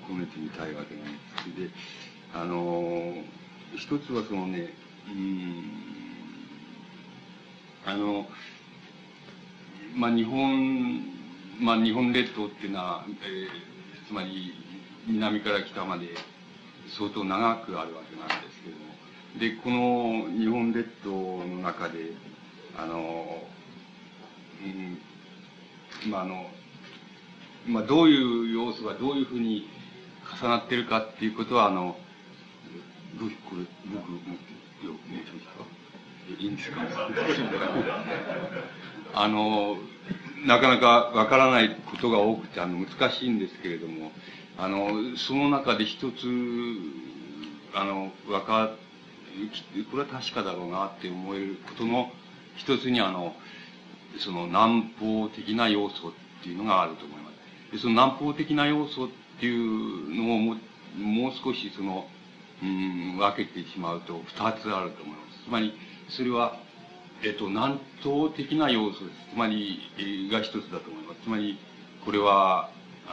込めてみたいわけなんです。で、一つはそのね、日本列島っていうのは、つまり南から北まで相当長くあるわけなんですけれども、で、この日本列島の中で、どういう要素がどういうふうに重なっているかっていうことは、これ、僕、持ってよ、申しますか？いいんですか？なかなかわからないことが多くて、難しいんですけれども、その中で一つ、これは確かだろうなって思えることの一つに、その南方的な要素っていうのがあると思います。で、その南方的な要素っていうのをもう少し分けてしまうと二つあると思います。つまり、それは、南東的な要素です。つまり、が一つだと思います。つまり、これは、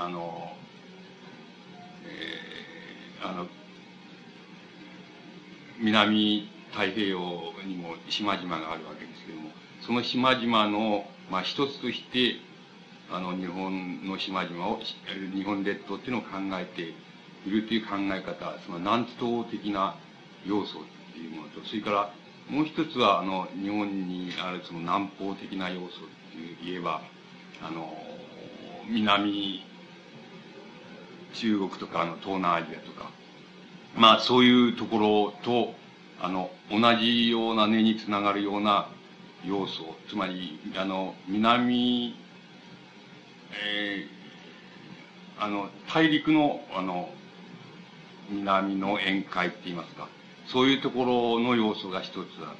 南太平洋にも島々があるわけですけれども、その島々の、一つとして、日本の島々を、日本列島っていうのを考えているという考え方、その南東的な要素っていうものと、それから、もう一つは、日本にあるその南方的な要素って言えば、南中国とか、東南アジアとか、そういうところと、同じような根につながるような要素、つまり、大陸の、南の沿海って言いますか、そういうところの要素が一つあって、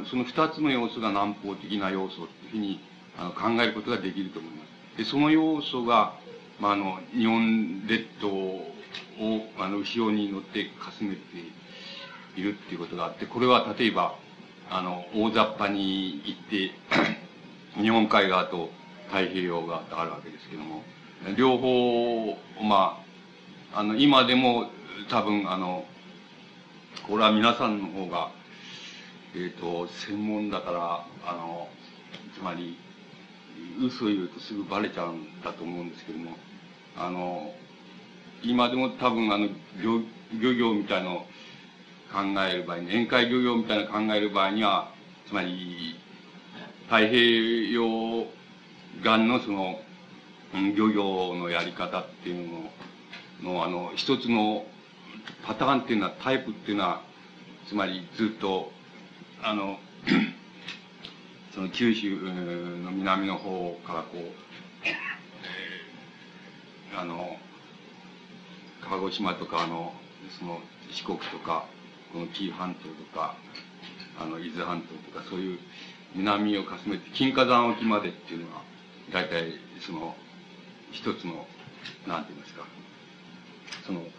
その二つの要素が南方的な要素っていうふうに、考えることができると思います。で、その要素が、日本列島を、後ろに乗ってかすめているっていうことがあって、これは例えば、大雑把に言って、日本海側と太平洋側とあるわけですけども、両方、今でも多分、これは皆さんの方が、専門だから、つまり、嘘を言うとすぐバレちゃうんだと思うんですけども、今でも多分、漁業みたいのを考える場合に、沿海漁業みたいなのを考える場合には、つまり、太平洋岸のその、漁業のやり方っていうの一つのパターンっていうのは、タイプっていうのは、つまりずっと、その九州の南の方からこう、鹿児島とかその四国とか、この紀伊半島とか、伊豆半島とか、そういう南をかすめて、金華山沖までっていうのは、大体その、一つの、なんて言いますか、その、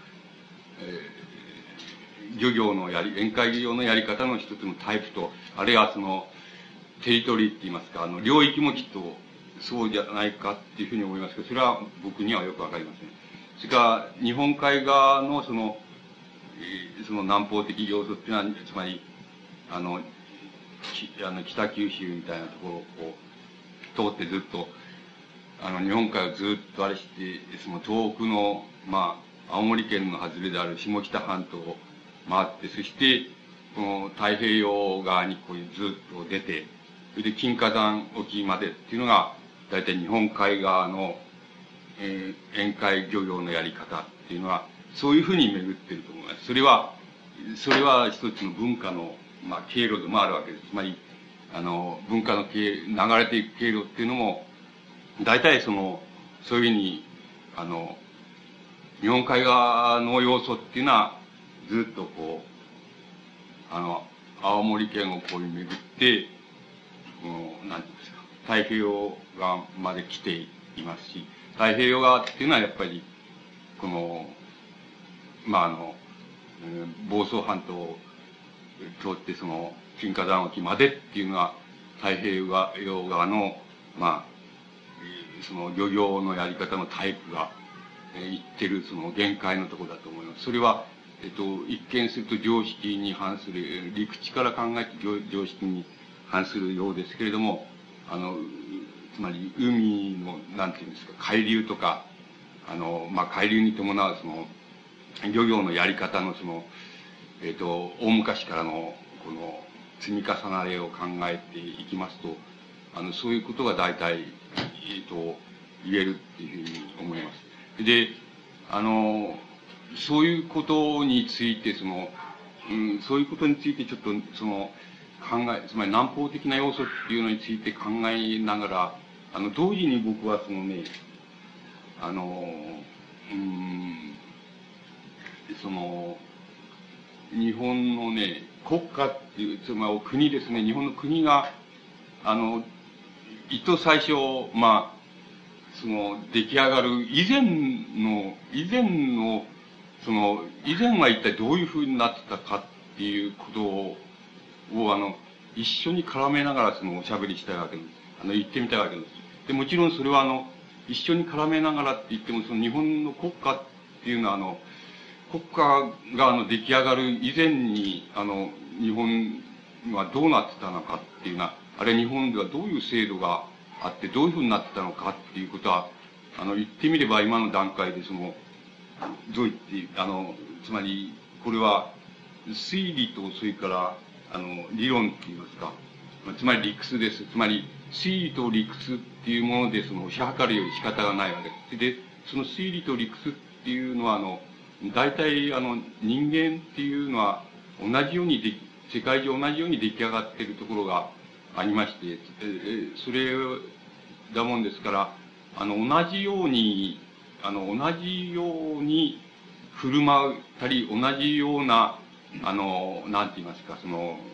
沿海漁業のやり方の一つのタイプと、あるいはその、テリトリーって言いますか、領域もきっとそうじゃないかっていうふうに思いますけど、それは僕にはよくわかりません。それから、日本海側のその南方的要素っていうのは、つまり、北九州みたいなところをこう、通ってずっと、日本海をずっとあれして、その東北の、青森県の外れである下北半島を回って、そして、この太平洋側にこうずっと出て、それで金華山沖までっていうのが、大体日本海側の、沿海漁業のやり方っていうのは、そういうふうに巡っていると思います。それは一つの文化の、経路でもあるわけです。つまり、文化の流れていく経路っていうのも、大体そういうふうに、日本海側の要素っていうのは、ずっとこう、青森県をこういう巡って、なんていうんですか、太平洋側まで来ていますし、太平洋側っていうのはやっぱり、この、房総半島を通ってその、金華山沖までっていうのは、太平洋側の、その漁業のやり方のタイプが言ってるその限界のところだと思います。それは、一見すると常識に反する、陸地から考えて常識に反するようですけれども、つまり海の、なんていうんですか、海流とか、海流に伴うその、漁業のやり方のその、大昔からの、この、積み重ねを考えていきますと、そういうことが大体、言えるっていうふうに思います。で、そういうことについて、そういうことについてちょっと、つまり南方的な要素っていうのについて考えながら、同時に僕はそのね、日本のね、国家っていう、つまり国ですね、日本の国が、一最初、出来上がる以前は一体どういうふうになってたかっていうことを、一緒に絡めながらおしゃべりしたいわけです。言ってみたいわけです。で、もちろんそれは一緒に絡めながらって言っても、日本の国家っていうのは国家が出来上がる以前に、日本はどうなってたのかっていうのは、あれ日本ではどういう制度があって、どういうふうになってたのかっていうことは、言ってみれば今の段階でどう言って、つまり、これは、推理と、それから、理論って言いますか、つまり理屈です。つまり、推理と理屈っていうもので、推し量るより仕方がないわけです。で、その推理と理屈っていうのは、大体、人間っていうのは、同じように世界中同じように出来上がっているところがありまして、それだもんですから、同じように振る舞ったり、同じような、なんて言いますか、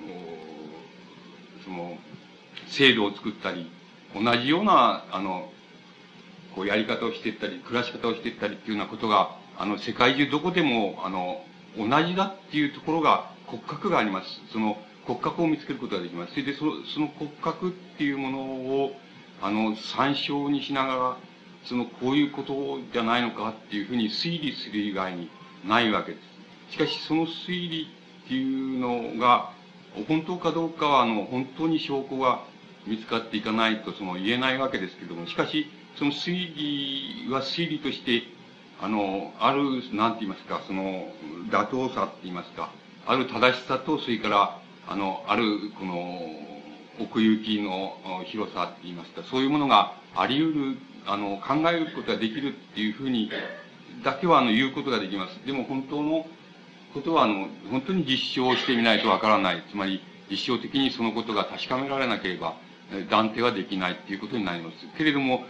制度を作ったり、同じような、やり方をしていったり、暮らし方をしていったりっていうようなことが、世界中どこでも、同じだっていうところが、骨格があります。その骨格を見つけることができます。それで、その骨格っていうものを、参照にしながら、こういうことじゃないのかっていうふうに推理する以外にないわけです。しかし、その推理っていうのが、本当かどうかは、本当に証拠が見つかっていかないと、言えないわけですけれども、しかし、その推理は推理として、ある、なんて言いますか、妥当さって言いますか、ある正しさと、それから、ある、奥行きの広さって言いますか、そういうものがあり得る、考えることができるっていうふうに、だけは言うことができます。でも本当のことは、本当に実証してみないとわからない。つまり、実証的にそのことが確かめられなければ、断定はできないっていうことになります。けれども、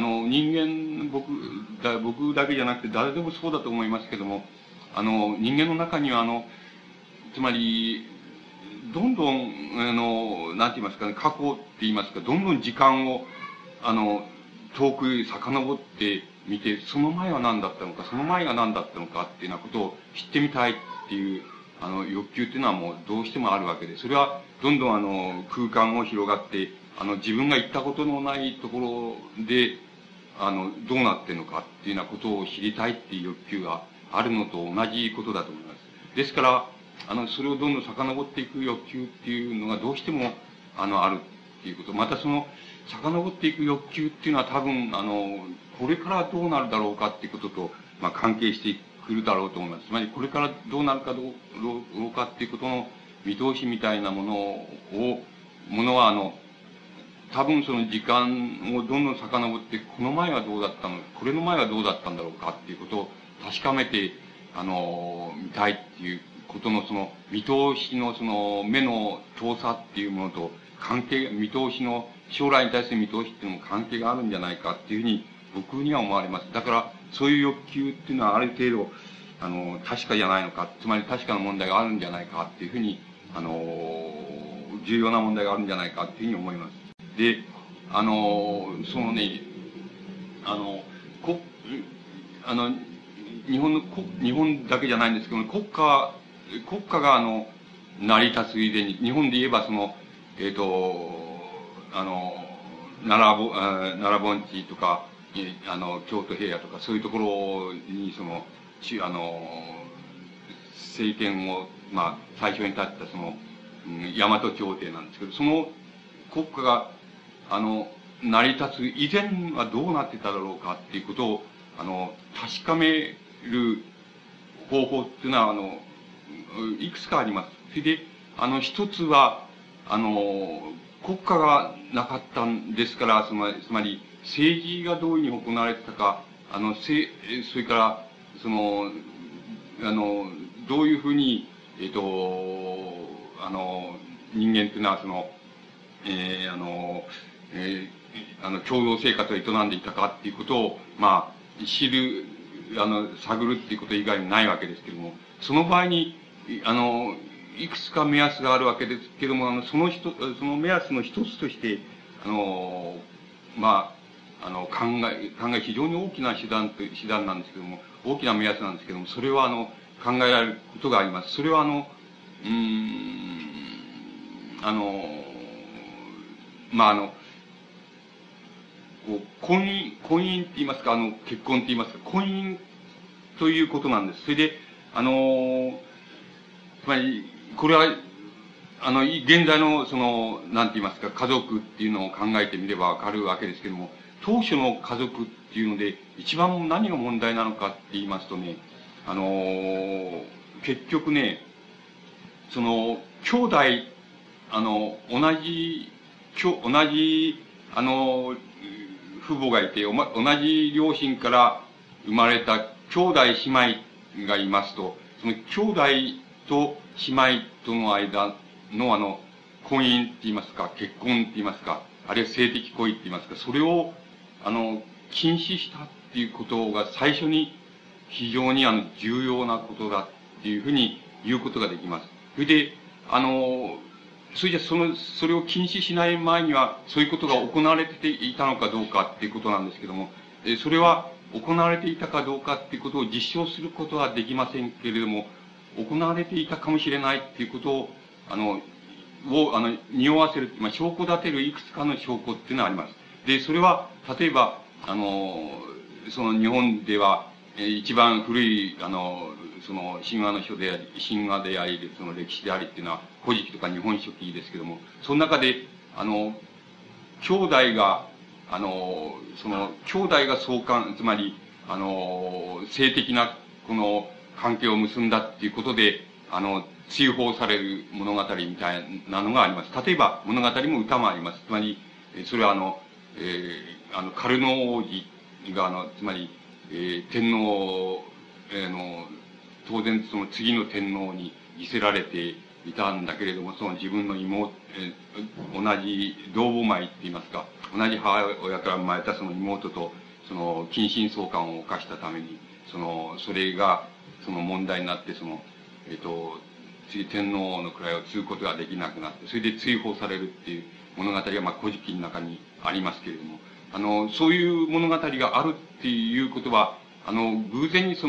僕だけじゃなくて誰でもそうだと思いますけども、人間の中にはつまり、どんどん、なんて言いますかね、過去って言いますか、どんどん時間を、遠く遡ってみて、その前は何だったのか、その前が何だったのかっていうようなことを知ってみたいっていう、欲求っていうのはもうどうしてもあるわけで、それはどんどん空間を広がって、自分が行ったことのないところで、どうなってるのかっていうようなことを知りたいっていう欲求があるのと同じことだと思います。ですから、それをどんどん遡っていく欲求っていうのがどうしても、あるっていうこと。また遡っていく欲求っていうのは多分、これからどうなるだろうかっていうことと、関係してくるだろうと思います。つまり、これからどうなるかどうかっていうことの見通しみたいなものは、多分その時間をどんどん遡って、この前はどうだったの、これの前はどうだったんだろうかっていうことを確かめて、見たいっていうことの見通しの目の遠さっていうものと見通しの、将来に対する見通しっていうのも関係があるんじゃないかっていうふうに僕には思われます。だから、そういう欲求っていうのはある程度、確かじゃないのか、つまり確かな問題があるんじゃないかっていうふうに、重要な問題があるんじゃないかっていうふうに思います。で、日本だけじゃないんですけど、国家が成り立つ以前に、日本で言えば奈良盆地とか、 京都平野とか、そういうところに、政権を、まあ、最初に立った大和朝廷なんですけど、その国家が、成り立つ以前はどうなってただろうかっていうことを、確かめる方法っていうのは、いくつかあります。それで、一つは、国家がなかったんですから、つまり、政治がどういうふうに行われてたか、それから、どういうふうに、人間っていうのは、共同生活を営んでいたかっていうことを、まあ、探るっていうこと以外にないわけですけれども、その場合に、いくつか目安があるわけですけれども、その目安の一つとして、まあ、考え、非常に大きな手段なんですけども、大きな目安なんですけども、それは考えられることがあります。それはまあ婚姻って言いますか、結婚って言いますか、婚姻ということなんです。それで、つまり、これは、現在の、なんて言いますか、家族っていうのを考えてみればわかるわけですけども、当初の家族っていうので、一番何が問題なのかって言いますとね、結局ね、兄弟、同じ、父母がいて、同じ両親から生まれた兄弟姉妹がいますと、その兄弟と姉妹との間の婚姻って言いますか、結婚って言いますか、あるいは性的行為って言いますか、それを、禁止したっていうことが最初に非常に重要なことだっていうふうに言うことができます。それで、それじゃそれを禁止しない前には、そういうことが行われていたのかどうかっていうことなんですけども、それは行われていたかどうかっていうことを実証することはできませんけれども、行われていたかもしれないっていうことを、匂わせる、まあ、証拠立てるいくつかの証拠っていうのはあります。で、それは、例えば、日本では、一番古い、神話の書であり、神話であり、歴史でありっていうのは、古事記とか日本書紀ですけども、その中で、兄弟が、兄弟が相関、つまり、性的な、関係を結んだっていうことで、追放される物語みたいなのがあります。例えば、物語も歌もあります。つまり、それはカルノ王子が、つまり、天皇、当然その次の天皇に犠牲られていたんだけれども、その自分の妹、同じ同母米って言いますか、同じ母親から生まれたその妹と、近親相関を犯したために、それが、問題になって、次天皇の位を継ぐことができなくなって、それで追放されるっていう物語が、まあ、古事記の中にありますけれども、そういう物語があるっていうことは、偶然に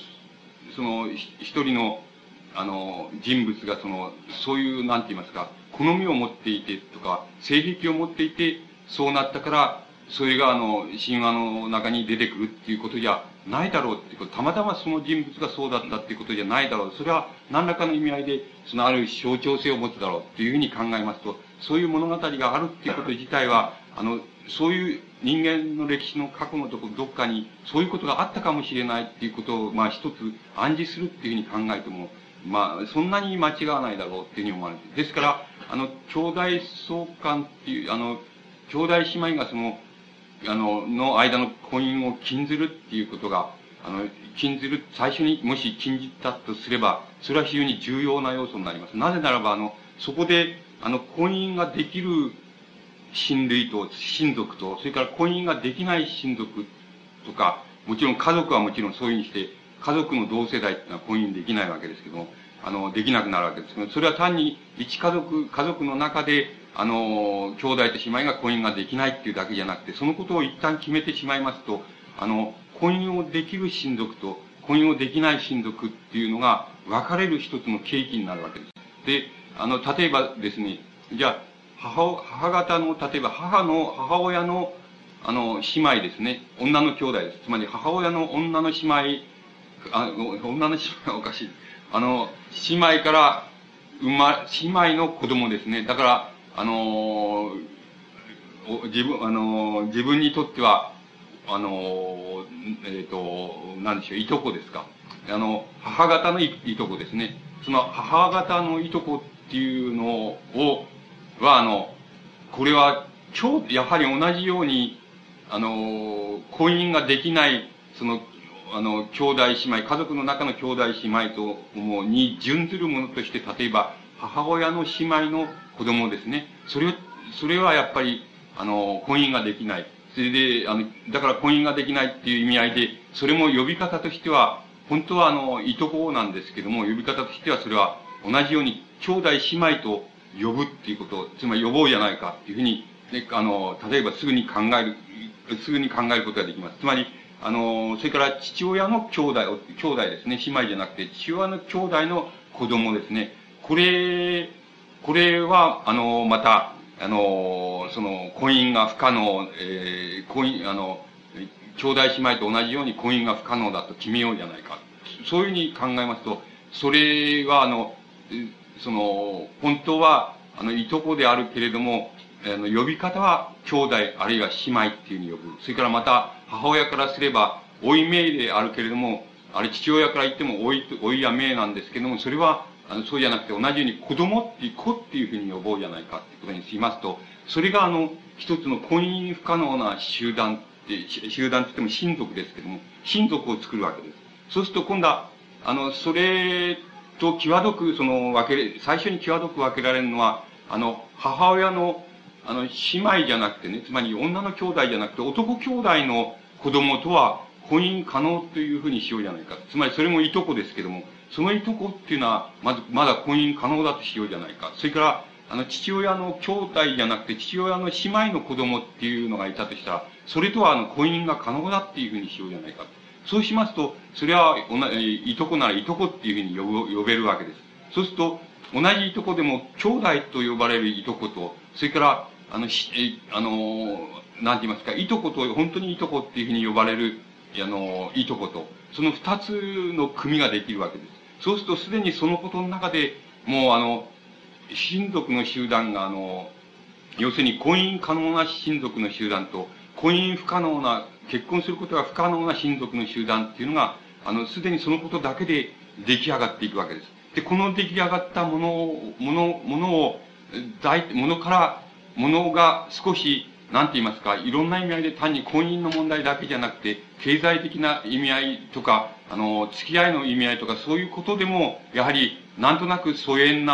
一人の、人物がそういう、なんて言いますか、好みを持っていてとか、性癖を持っていて、そうなったから、それが神話の中に出てくるっていうことじゃないだろうっていうこと、たまたまその人物がそうだったっていうことじゃないだろう。それは何らかの意味合いで、ある象徴性を持つだろうっていうふうに考えますと、そういう物語があるっていうこと自体は、そういう人間の歴史の過去のどっかに、そういうことがあったかもしれないっていうことを、まあ一つ暗示するっていうふうに考えても、まあ、そんなに間違わないだろうっていうふうに思われて。ですから、兄弟相関っていう、兄弟姉妹がの間の婚姻を禁ずるっていうことが、最初にもし禁じたとすれば、それは非常に重要な要素になります。なぜならば、そこで、婚姻ができる親族と、それから婚姻ができない親族とか、もちろん家族はもちろんそういうふうにして、家族の同世代っていうのは婚姻できないわけですけども、できなくなるわけですけど、それは単に一家族の中で、兄弟と姉妹が婚姻ができないっていうだけじゃなくて、そのことを一旦決めてしまいますと、婚姻をできる親族と婚姻をできない親族っていうのが分かれる一つの契機になるわけです。で、例えばですね、じゃあ、母方の、例えば母親の、 姉妹ですね。女の兄弟です。つまり、母親の女の姉妹、女の姉妹はおかしい。姉妹から、姉妹の子供ですね。だから、自分にとっては、なんでしょう、いとこですか。母方のいとこですね。その母方のいとこっていうのこれは、やはり同じように、婚姻ができない、兄弟姉妹、家族の中の兄弟姉妹ともに準ずるものとして、例えば、母親の姉妹の子供ですね。それはやっぱり、婚姻ができない。それで、だから婚姻ができないっていう意味合いで、それも呼び方としては、本当はいとこなんですけども、呼び方としてはそれは同じように兄弟姉妹と呼ぶっていうこと、つまり呼ぼうじゃないかっていうふうに、例えばすぐに考えることができます。つまり、それから父親の兄弟ですね。姉妹じゃなくて、父親の兄弟の子供ですね。これは、また、婚姻が不可能、兄弟姉妹と同じように婚姻が不可能だと決めようじゃないか。そういうふうに考えますと、それは、本当は、いとこであるけれども、呼び方は兄弟あるいは姉妹っていうふうに呼ぶ。それからまた、母親からすれば、甥い姪であるけれども、父親から言っても甥いや姪なんですけども、それは、そうじゃなくて同じように子っていうふうに呼ぼうじゃないかっていうことにしますと、それが一つの婚姻不可能な集団って言っても親族ですけども、親族を作るわけです。そうすると今度は、それと際どく、最初に際どく分けられるのは、母親の、姉妹じゃなくてね、つまり女の兄弟じゃなくて男兄弟の子供とは婚姻可能というふうにしようじゃないか。つまりそれもいとこですけども、そのいとこっていうのは、まだ婚姻可能だとしようじゃないか。それから、父親の兄弟じゃなくて、父親の姉妹の子供っていうのがいたとしたら、それとは婚姻が可能だっていうふうにしようじゃないか。そうしますと、それは、いとこならいとこっていうふうに呼べるわけです。そうすると、同じいとこでも、兄弟と呼ばれるいとこと、それから、なんて言いますか、いとこと、本当にいとこっていうふうに呼ばれる、いとこと、その二つの組ができるわけです。そうすると、すでにそのことの中で、もう親族の集団が要するに婚姻可能な親族の集団と、婚姻不可能な、結婚することが不可能な親族の集団っていうのが、すでにそのことだけで出来上がっていくわけです。で、この出来上がったものが少し、なんて言いますか、いろんな意味合いで単に婚姻の問題だけじゃなくて、経済的な意味合いとか、付き合いの意味合いとか、そういうことでも、やはり、なんとなく少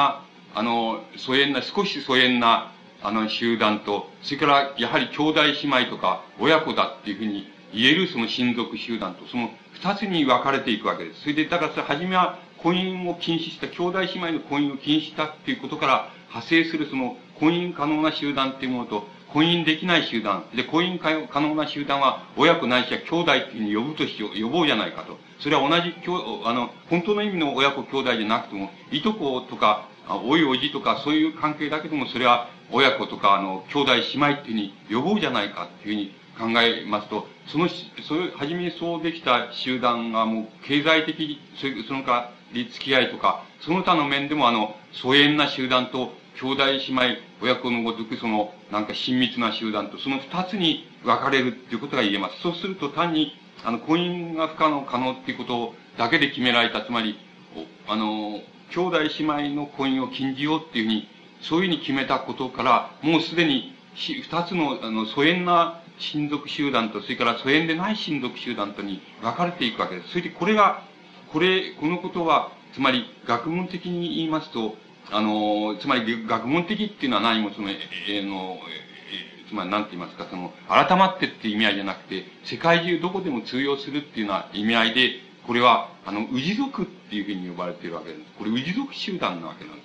し疎遠な、集団と、それから、やはり兄弟姉妹とか、親子だっていうふうに言えるその親族集団と、その二つに分かれていくわけです。それで、だからそれ、初めは婚姻を禁止した、兄弟姉妹の婚姻を禁止したっていうことから派生するその婚姻可能な集団っていうものと、婚姻できない集団。で、婚姻可能な集団は、親子ないしは兄弟っていうふうに呼ぼうじゃないかと。それは同じ、本当の意味の親子兄弟じゃなくても、いとことか、おいおじとか、そういう関係だけでも、それは親子とか、兄弟姉妹っていうふうに呼ぼうじゃないかっていうふうに考えますと、初めにそうできた集団がもう、経済的、その他、付き合いとか、その他の面でも疎遠な集団と、兄弟姉妹、親子のごとくなんか親密な集団と、その二つに分かれるっていうことが言えます。そうすると単に、婚姻が不可能、可能っていうことだけで決められた、つまり、兄弟姉妹の婚姻を禁じようっていうふうに、そういうふうに決めたことから、もうすでに、二つの、疎遠な親族集団と、それから疎遠でない親族集団とに分かれていくわけです。それでこのことは、つまり学問的に言いますと、つまり学問的っていうのは何もつまり何て言いますか、改まってっていう意味合いじゃなくて、世界中どこでも通用するっていうような意味合いで、これは、氏族っていうふうに呼ばれているわけです。これ、氏族集団なわけなんです。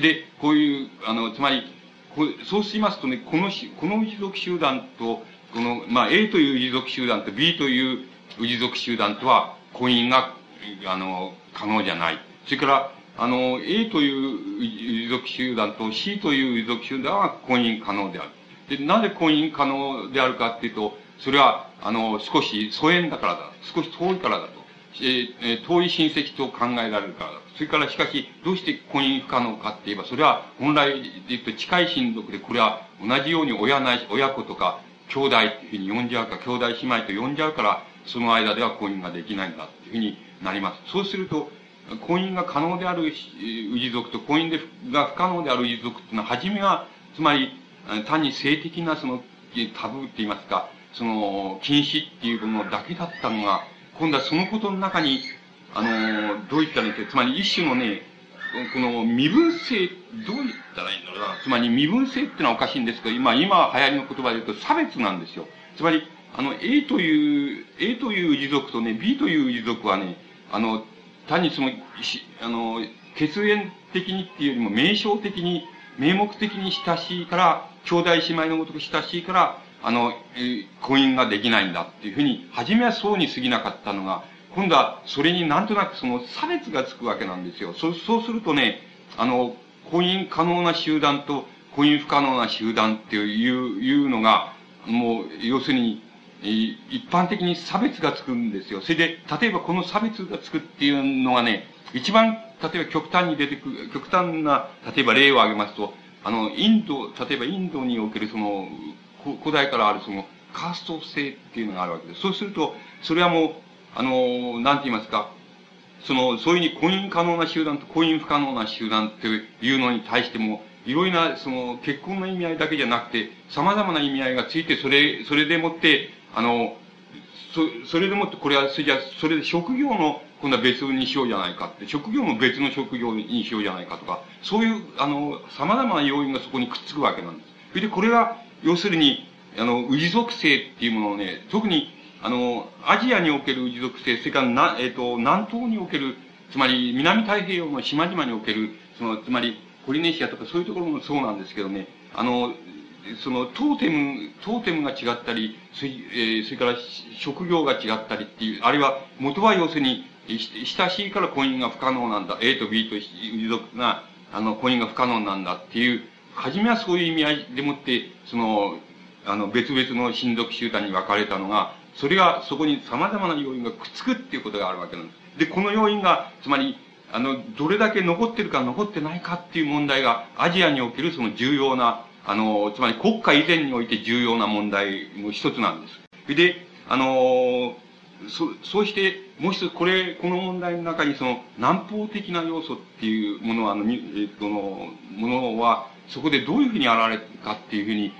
で、こういう、つまり、そうしますとね、この氏族集団と、A という氏族集団と B という氏族集団とは、婚姻が、可能じゃない。それから、A という遺族集団と C という遺族集団は婚姻可能である。で、なぜ婚姻可能であるかっていうと、 それは、少し疎遠だからだ。少し遠いからだと。遠い親戚と考えられるからだ。それからしかし、どうして婚姻不可能かって言えば、それは本来で言うと近い親族で、これは同じように親子とか兄弟っていうふうに呼んじゃうか、兄弟姉妹と呼んじゃうから、その間では婚姻ができないんだっていうふうになります。そうすると、婚姻が可能である氏族と婚姻が不可能である氏族っていうのは、初めは、つまり、単に性的なそのタブーって言いますか、その禁止っていうものだけだったのが、今度はそのことの中に、どう言ったらいいんですか、つまり一種のね、この身分性、どう言ったらいいんだろうな。つまり身分性っていうのはおかしいんですけど、今流行りの言葉で言うと差別なんですよ。つまり、A という氏族とね、B という氏族はね、単にその、血縁的にっていうよりも名称的に、名目的に親しいから、兄弟姉妹のごとく親しいから、婚姻ができないんだっていうふうに、初めはそうに過ぎなかったのが、今度はそれになんとなくその差別がつくわけなんですよ。そうするとね、婚姻可能な集団と婚姻不可能な集団っていうのが、もう、要するに、一般的に差別がつくんですよ。それで、例えばこの差別がつくっていうのがね、一番、例えば極端な、例えば例を挙げますと、例えばインドにおけるその、古代からあるその、カースト制っていうのがあるわけです。そうすると、それはもう、なんて言いますか、そういうふうに婚姻可能な集団と婚姻不可能な集団っていうのに対しても、いろいろな、結婚の意味合いだけじゃなくて、様々な意味合いがついて、それでもって、それでもって、これは、それで職業の、今度は別にしようじゃないかって、職業も別の職業にしようじゃないかとか、そういう、様々な要因がそこにくっつくわけなんです。それで、これは、要するに、氏属性っていうものをね、特に、アジアにおける氏属性、それから南東における、つまり南太平洋の島々における、つまり、ポリネシアとかそういうところもそうなんですけどね、トーテムが違ったり、それから職業が違ったりっていう、あるいは元は要するに、親しいから婚姻が不可能なんだ。A と B と氏族が、婚姻が不可能なんだっていう、初めはそういう意味合いでもって、別々の親族集団に分かれたのが、それがそこに様々な要因がくっつくっていうことがあるわけなんです。で、この要因が、つまり、どれだけ残ってるか残ってないかっていう問題が、アジアにおけるその重要な、つまり国家以前において重要な問題の一つなんです。で、そうして、もう一つ、この問題の中に南方的な要素っていうものは、ものは、そこでどういうふうに現れるかっていうふうに、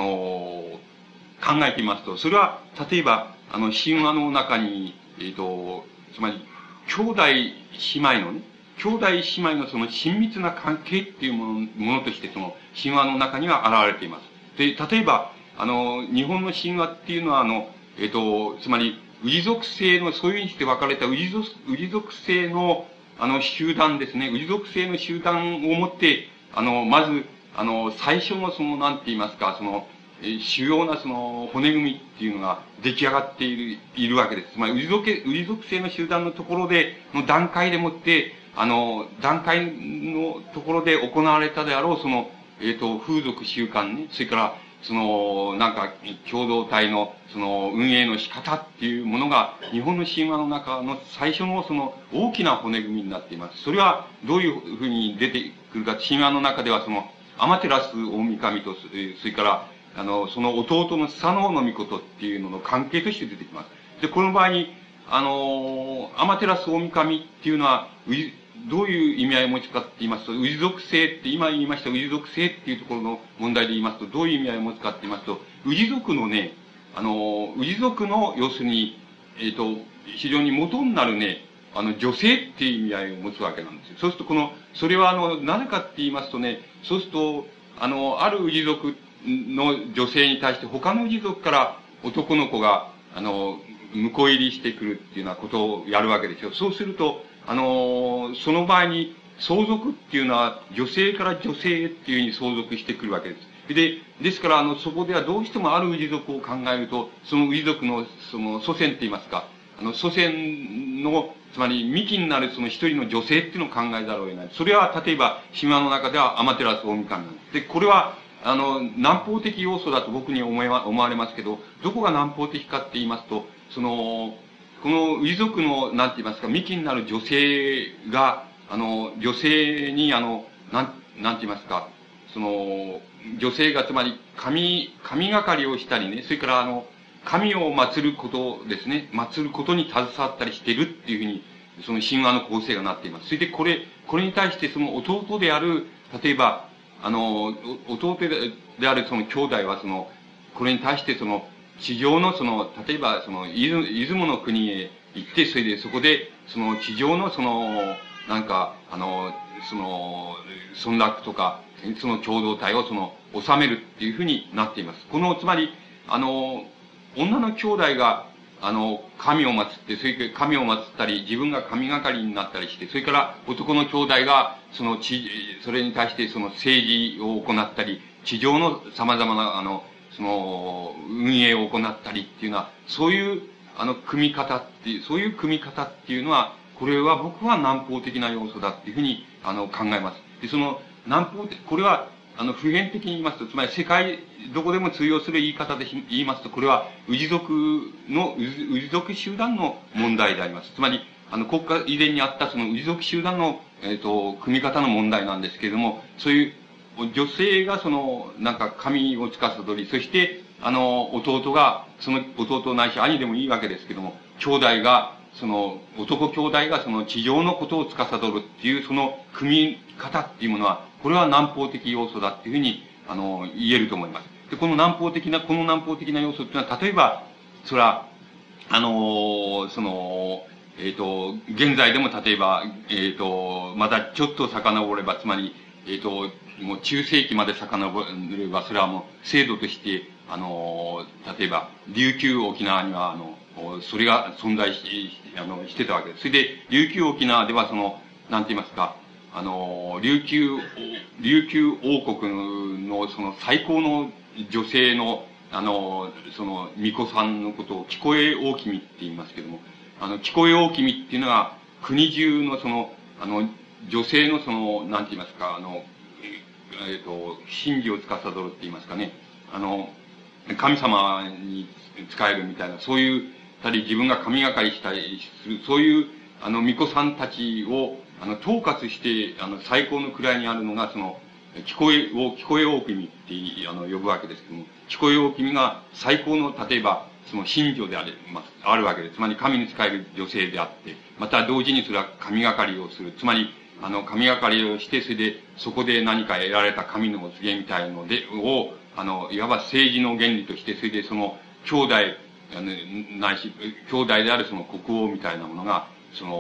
考えてみますと、それは、例えば、神話の中に、つまり、兄弟姉妹のその親密な関係っていうものとして、神話の中には現れています。で、例えば、日本の神話っていうのは、つまり、氏属性の、そういうふうにして分かれた氏属性の、集団ですね。氏属性の集団をもって、まず、最初のなんて言いますか、主要な骨組みっていうのが出来上がっているわけです。つまり、氏属性の集団のところで、の段階でもって、段階のところで行われたであろう、風俗習慣ね、それから、なんか、共同体の、運営の仕方っていうものが、日本の神話の中の最初の大きな骨組みになっています。それは、どういうふうに出てくるか、神話の中ではアマテラス大神と、それから、その弟のスサノオノミコトっていうのの関係として出てきます。で、この場合に、アマテラス大神っていうのは、どういう意味合いを持つかって言いますと、氏属性って、今言いました氏属性っていうところの問題で言いますと、どういう意味合いを持つかって言いますと、氏族のね、氏族の、要するに、非常に元になるね、女性っていう意味合いを持つわけなんですよ。そうするとそれはなぜかって言いますとね、そうすると、ある氏族の女性に対して他の氏族から男の子が、婿入りしてくるっていうようなことをやるわけですよ。そうすると、その場合に、相続っていうのは女性から女性っていうふうに相続してくるわけです。ですから、そこではどうしてもある氏族を考えると、その氏族の、祖先って言いますか、祖先の、つまり、幹になる一人の女性っていうのを考えざるを得ない。それは、例えば、神話の中ではアマテラス大神なんです。で、これは、 南方的要素だと僕に思われますけど、どこが南方的かって言いますと、この氏族の、なんて言いますか、幹になる女性が、女性に、なんて言いますか、女性がつまり、神がかりをしたりね、それから神を祀ることですね、祀ることに携わったりしているっていうふうに、その神話の構成がなっています。それでこれに対してその弟である、例えば、弟であるその兄弟はこれに対して地上の例えば出雲の国へ行って、それでそこで地上のなんか、村落とか、共同体を治めるっていうふうになっています。つまり、女の兄弟が、神を祀って、それから神を祀ったり、自分が神がかりになったりして、それから男の兄弟が、それに対して政治を行ったり、地上の様々な、運営を行ったりっていうのは、そういう、組み方っていうのは、これは僕は南方的な要素だっていうふうに、考えます。で、南方的、これは、普遍的に言いますと、つまり世界、どこでも通用する言い方で言いますと、これは、氏族集団の問題であります。つまり、国家以前にあった氏族集団の、組み方の問題なんですけれども、そういう、女性がなんか神を司り、そして、弟が、弟ないし兄でもいいわけですけども、男兄弟が地上のことを司るっていう、組み方っていうものは、これは南方的要素だっていうふうに、言えると思います。で、この南方的な要素っていうのは、例えば、それは、現在でも例えば、またちょっと遡れば、つまり、もう中世紀まで遡れば、それはもう制度として、例えば、琉球沖縄には、それが存在してたわけです。それで、琉球沖縄ではなんて言いますか、琉球王国の最高の女性の、巫女さんのことを、聞こえ大君って言いますけども、聞こえ大君っていうのは、国中の女性のなんて言いますか、神事を司るって言いますかね、神様に仕えるみたいな、そういう、自分が神がかりしたりする、そういう、巫女さんたちを、統括して、最高の位にあるのが、聞こえ大君って呼ぶわけですけども、聞こえ大君が最高の、例えば、神女であるわけです。つまり神に仕える女性であって、また同時にそれは神がかりをする。つまり、神がかりをして、それで、そこで何か得られた神のお告げみたいのいわば政治の原理として、それで兄弟、ないし、兄弟である国王みたいなものが、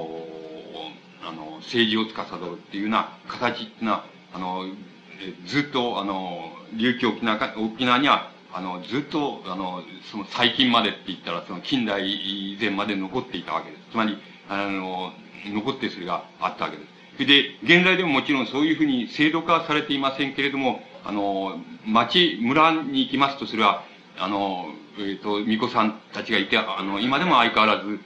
政治を司るっていうような形っていうのは、ずっと、琉球沖縄には、ずっと、最近までって言ったら、近代以前まで残っていたわけです。つまり、残ってそれがあったわけです。それで、現在でももちろんそういうふうに制度化されていませんけれども、村に行きますと、それは、巫女さんたちがいて、今でも相変わらず、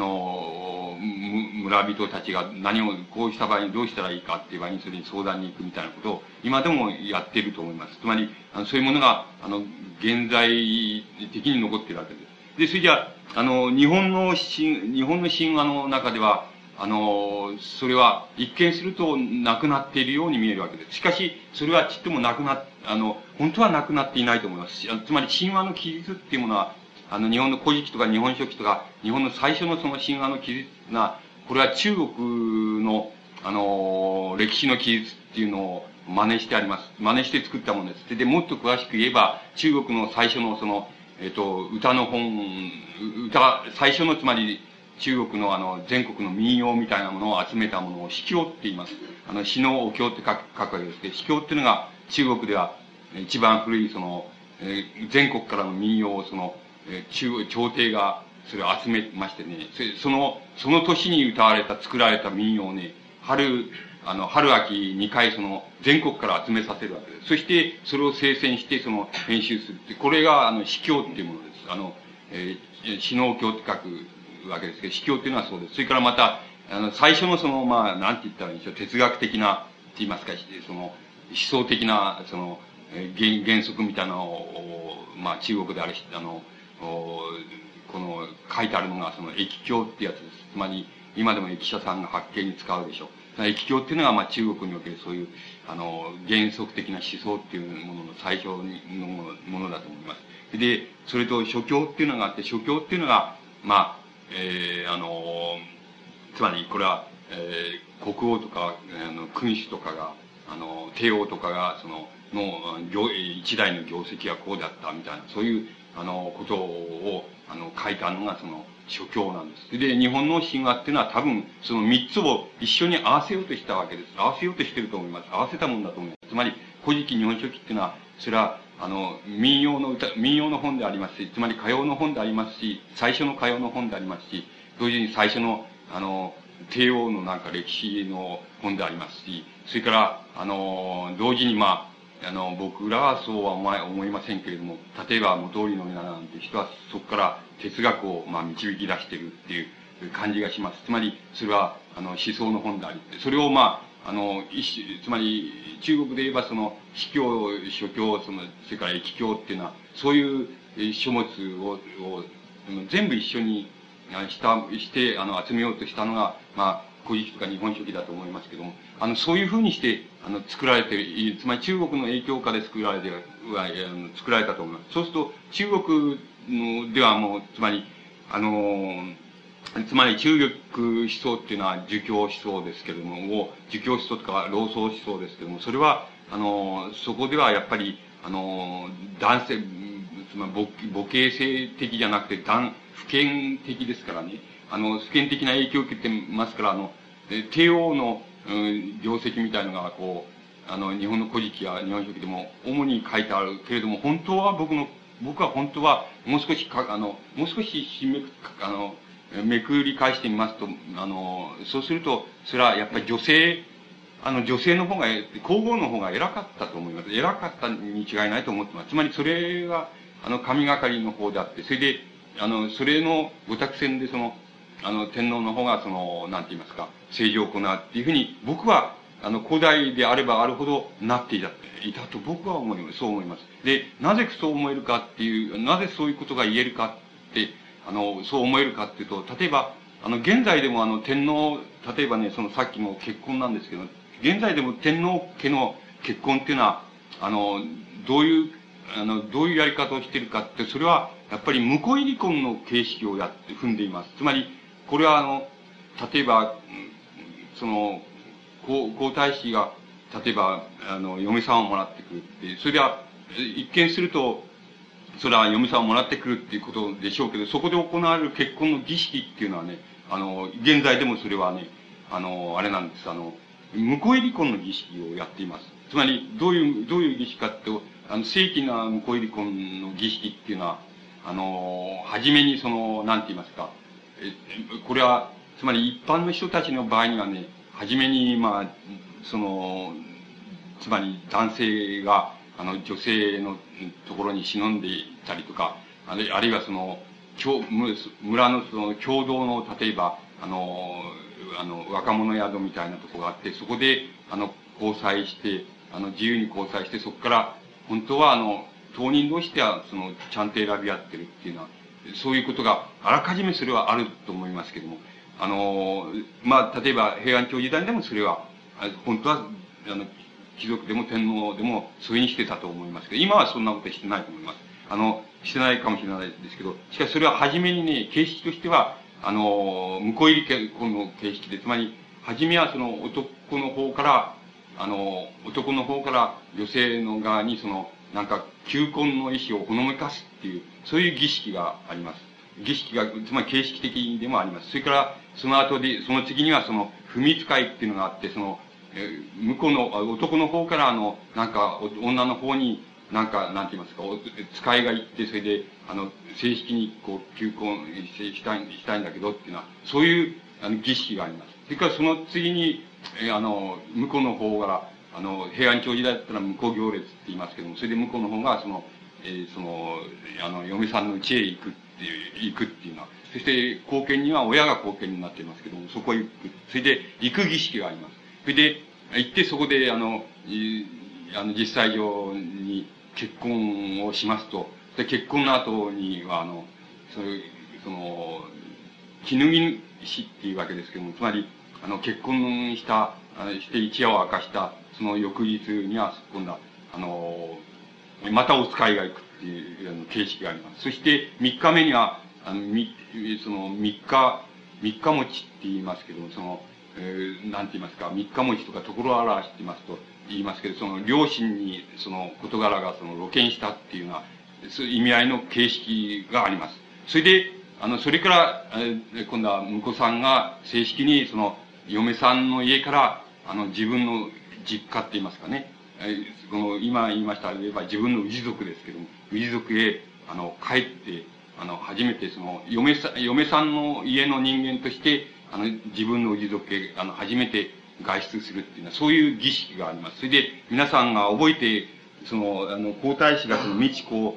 村人たちがこうした場合にどうしたらいいかっていう場合にそれに相談に行くみたいなことを今でもやっていると思います。つまり、そういうものが、現在的に残っているわけです。で、それじゃ日本の神話の中では、それは一見するとなくなっているように見えるわけです。しかし、それはちっとも本当はなくなっていないと思います。つまり神話の記述っていうものは、日本の古事記とか日本書紀とか、日本の最初の神話の記述が、これは中国の、歴史の記述っていうのを真似してあります。真似して作ったものです。で、もっと詳しく言えば、中国の最初の歌の本、最初のつまり、中国の全国の民謡みたいなものを集めたものを詩経って言います。詩のお経って書くわけですけど、詩経っていうのが中国では一番古い全国からの民謡を朝廷がそれを集めましてね、その年に作られた民謡をね、春秋2回全国から集めさせるわけです。そして、それを精選して編集するって、これが詩経っていうものです。詩のお経って書くわけですけど、詩経っていうのはそうです。それからまた、最初のなんて言ったらいいんでしょう、哲学的な、って言いますか、思想的な、 原則みたいなのを、まあ、中国であれ、この、書いてあるのが、その、易経ってやつです。つまり、今でも易者さんが発見に使うでしょう。易経っていうのが、まあ、中国におけるそういう、原則的な思想っていうものの最初のものだと思います。で、それと、諸経っていうのがあって、諸経っていうのが、まあ、つまり、これは、国王とか、君主とかが、帝王とかが、一代の業績はこうだったみたいな、そういう、ことを、書いたのが、その、諸経なんです。で、日本の神話っていうのは多分、その三つを一緒に合わせようとしたわけです。合わせようとしてると思います。合わせたもんだと思います。つまり、古事記日本書紀っていうのは、それは、民謡の本でありますし、つまり歌謡の本でありますし、最初の歌謡の本でありますし、同時に最初の、帝王のなんか歴史の本でありますし、それから、同時にまあ、僕らはそうは思いませんけれども、例えば元織宣長なんて人はそこから哲学をまあ導き出しているっていう感じがします。つまり、それは、思想の本であり、それをまあ、つまり、中国で言えばその、司教、諸教、それから易経っていうのは、そういう書物を全部一緒にして、集めようとしたのが、まあ、古事記とか日本書紀だと思いますけども、そういうふうにして、作られている、つまり中国の影響下で作られたと思います。そうすると、中国のではもう、つまり中国思想っていうのは儒教思想ですけれども、儒教思想とか老荘思想ですけども、それは、そこではやっぱり、男性、つまり母系性的じゃなくて、普遍的ですからね。普遍的な影響を受けてますから、帝王の、業績みたいのが、こう、日本の古事記や日本書紀でも主に書いてあるけれども、僕は本当は、もう少しめくり返してみますと、そうすると、それはやっぱり女性の方が、皇后の方が偉かったと思います。偉かったに違いないと思ってます。つまりそれが、神がかりの方であって、それで、それのご託戦で天皇の方がなんて言いますか、政治を行うっていうふうに、僕は、古代であればあるほどなっていたと僕はそう思います。で、なぜそう思えるかっていう、なぜそういうことが言えるかって、そう思えるかっていうと、例えば、現在でも天皇、例えばね、さっきの結婚なんですけど、現在でも天皇家の結婚っていうのは、どういうやり方をしているかって、それは、やっぱり婿入り婚の形式を踏んでいます。つまり、これは例えば、皇太子が、例えば、嫁さんをもらってくるっていう、それでは、一見すると、それは嫁さんをもらってくるっていうことでしょうけど、そこで行われる結婚の儀式っていうのはね、現在でもそれはね、あれなんです。婿入り婚の儀式をやっています。つまり、どういう儀式かっていうと、正規な婿入り婚の儀式っていうのは、はじめになんて言いますか、これは、つまり一般の人たちの場合にはね、はじめに、まあ、つまり男性が、女性のところに忍んでいたりとか、あるいは村の共同の、例えば、若者宿みたいなところがあって、そこで、交際して、自由に交際して、そこから、本当は、当人同士では、ちゃんと選び合ってるっていうのは、そういうことが、あらかじめそれはあると思いますけども、まあ、例えば平安朝時代でもそれは、本当は、貴族でも天皇でも、そういうふうにしてたと思いますけど、今はそんなことしてないと思います。してないかもしれないですけど、しかしそれは初めにね、形式としては、婿入り婚の形式で、つまり、初めは男の方から女性の側になんか、求婚の意思をほのめかすっていう、そういう儀式があります。儀式が、つまり形式的でもあります。それから、その次には踏み使いっていうのがあって、向こうの、男の方からなんか、女の方に、なんか、なんて言いますか、使いが行って、それで、正式に、求婚したいんだけどっていうのは、そういう、儀式があります。それからその次に、向こうの方から、平安朝時代だったら向こう行列って言いますけども、それで向こうの方が、嫁さんの家へ行くっていうのは、そして、後見には親が後見になっていますけども、そこへ行く。それで、行く儀式があります。それで、行ってそこで、 実際上に結婚をしますと、で、結婚の後には、そういう、絹しっていうわけですけども、つまり、結婚した、して一夜を明かした、その翌日には、今度は、またお使いが行くっていう形式があります。そして、3日目には、三日餅って言いますけども、なんて言いますか、三日餅とか所表しって言いますと、言いますけど、両親に、事柄が露見したっていうような、そういう意味合いの形式があります。それで、それから、今度は婿さんが正式に、嫁さんの家から、自分の実家って言いますかね、今言いました、言えば自分の氏族ですけども、氏族へ、帰って、初めて嫁さんの家の人間として、自分の氏族へ、初めて外出するっていうのは、そういう儀式があります。それで、皆さんが覚えて、皇太子が美智子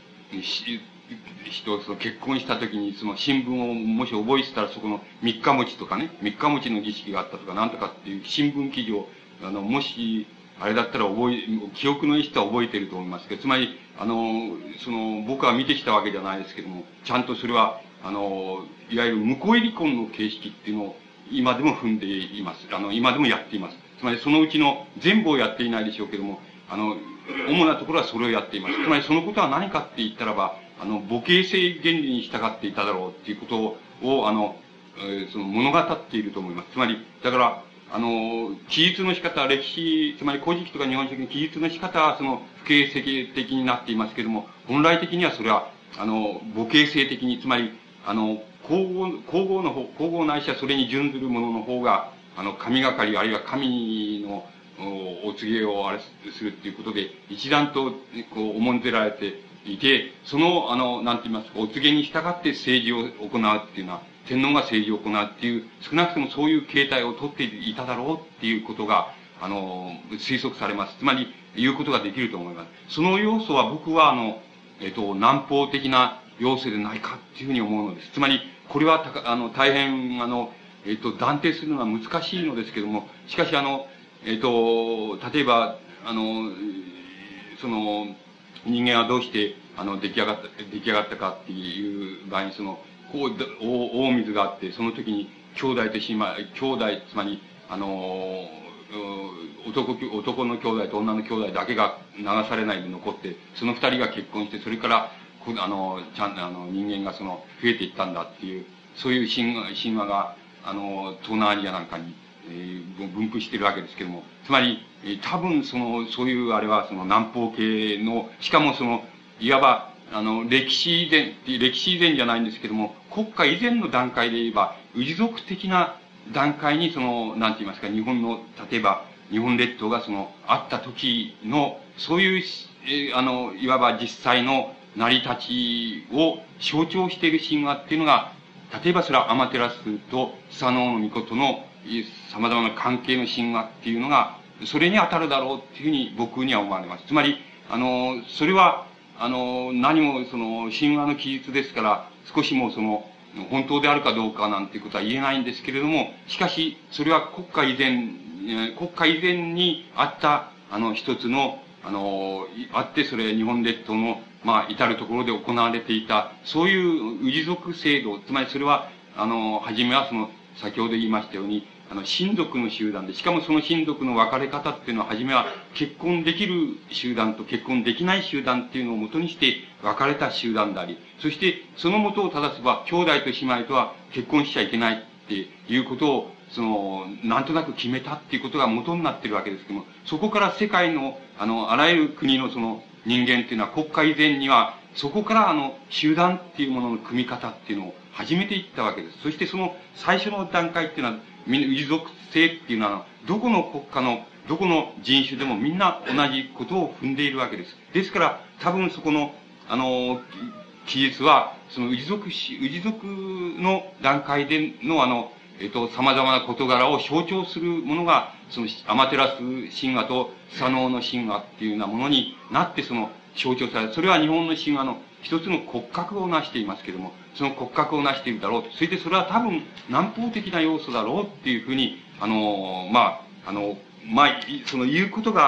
と結婚した時に、新聞をもし覚えてたら、そこの三日餅とかね、三日餅の儀式があったとか、なんとかっていう新聞記事を、もし、あれだったら記憶のいい人は覚えてると思いますけど、つまり、僕は見てきたわけじゃないですけども、ちゃんとそれは、いわゆる婿入り婚の形式っていうのを今でも踏んでいます。今でもやっています。つまりそのうちの全部をやっていないでしょうけども、主なところはそれをやっています。つまりそのことは何かって言ったらば、母系性原理に従っていただろうっていうことを、物語っていると思います。つまり、だから、記述の仕方、歴史、つまり古事記とか日本書紀の記述の仕方は、不形成的になっていますけれども、本来的にはそれは、母系性的に、つまり、皇后ないしはそれに準ずるものの方が、神がかり、あるいは神の、お告げをあれするっていうことで、一段と、重んぜられていて、なんて言いますか、お告げに従って政治を行うっていうのは、天皇が政治を行うっていう、少なくともそういう形態をとっていただろうっていうことが、推測されます。つまり、言うことができると思います。その要素は僕は、南方的な要素でないかっていうふうに思うのです。つまり、これは大変、断定するのは難しいのですけども、しかし、例えば、人間はどうして、出来上がったかっていう場合に、大水があって、その時に兄弟、つまり、男の兄弟と女の兄弟だけが流されないで残って、その二人が結婚して、それから、人間が増えていったんだっていう、そういう神話が、東南アジアなんかに、分布しているわけですけども、つまり、多分そういうあれは南方系の、しかもいわば、歴史以前じゃないんですけども、国家以前の段階で言えば、氏族的な段階になんて言いますか、日本の、例えば、日本列島があった時の、そういう、いわば実際の成り立ちを象徴している神話っていうのが、例えばそれはアマテラスとスサノオノミコトの様々な関係の神話っていうのが、それに当たるだろうっていうふうに僕には思われます。つまり、それは、何も神話の記述ですから、少しも本当であるかどうかなんていうことは言えないんですけれども、しかし、それは国家以前にあった、一つの、あって、それ日本列島の、至るところで行われていた、そういう氏族制度、つまりそれは、初めは先ほど言いましたように、親族の集団で、しかもその親族の分かれ方っていうのは、初めは結婚できる集団と結婚できない集団っていうのを元にして分かれた集団であり、そしてその元を正せば、兄弟と姉妹とは結婚しちゃいけないっていうことを、なんとなく決めたっていうことが元になってるわけですけども、そこから世界の、あらゆる国の人間っていうのは国家以前には、そこから集団っていうものの組み方っていうのを始めていったわけです。そして最初の段階っていうのは、氏族性っていうのは、どこの国家の、どこの人種でもみんな同じことを踏んでいるわけです。ですから、多分そこの、記述は、氏族の段階での様々な事柄を象徴するものが、アマテラス神話とスサノオの神話っていうようなものになって象徴される。それは日本の神話の一つの骨格を成していますけれども、その骨格を成しているだろうと。それでそれは多分南方的な要素だろうっていうふうに、言うことが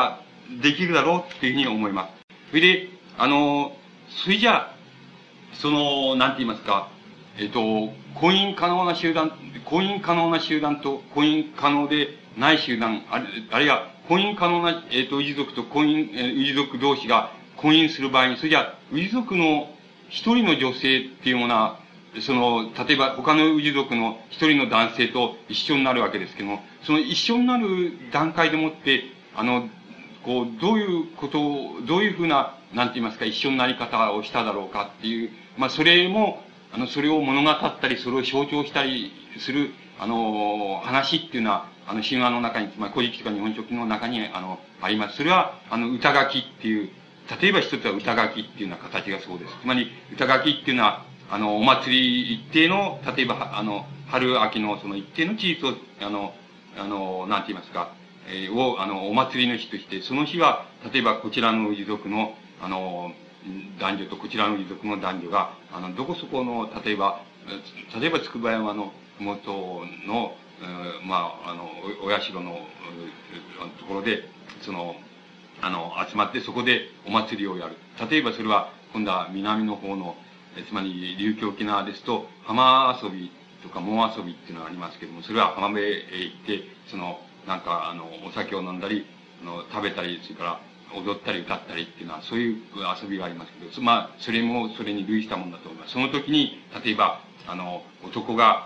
できるだろうっていうふうに思います。それで、それじゃあ、なんて言いますか、婚姻可能な集団、婚姻可能な集団と婚姻可能でない集団、あるいは婚姻可能な、氏族と氏族同士が婚姻する場合に、それじゃあ、氏族の一人の女性っていうものは、例えば他の氏族の一人の男性と一緒になるわけですけども、その一緒になる段階でもって、どういうことを、どういうふうな、なんて言いますか、一緒になり方をしただろうかっていう、それも、それを物語ったり、それを象徴したりする、話っていうのは、神話の中に、つまり古事記とか日本書紀の中に、あります。それは、歌書きっていう、例えば一つは歌書きっていうような形がそうです。つまり、歌書きっていうのは、お祭り一定の、例えば、春秋のその一定の地域を、なんて言いますか、お祭りの日として、その日は、例えばこちらの氏族の、男女とこちらの氏族の男女が、どこそこの、例えば筑波山の麓の、お社のところで、集まってそこでお祭りをやる。例えばそれは、今度は南の方の、つまり琉球沖縄ですと、浜遊びとか門遊びっていうのがありますけども、それは浜辺へ行って、お酒を飲んだり、食べたり、それから踊ったり歌ったりっていうのは、そういう遊びがありますけど、それもそれに類したものだと思います。その時に、例えば、男が、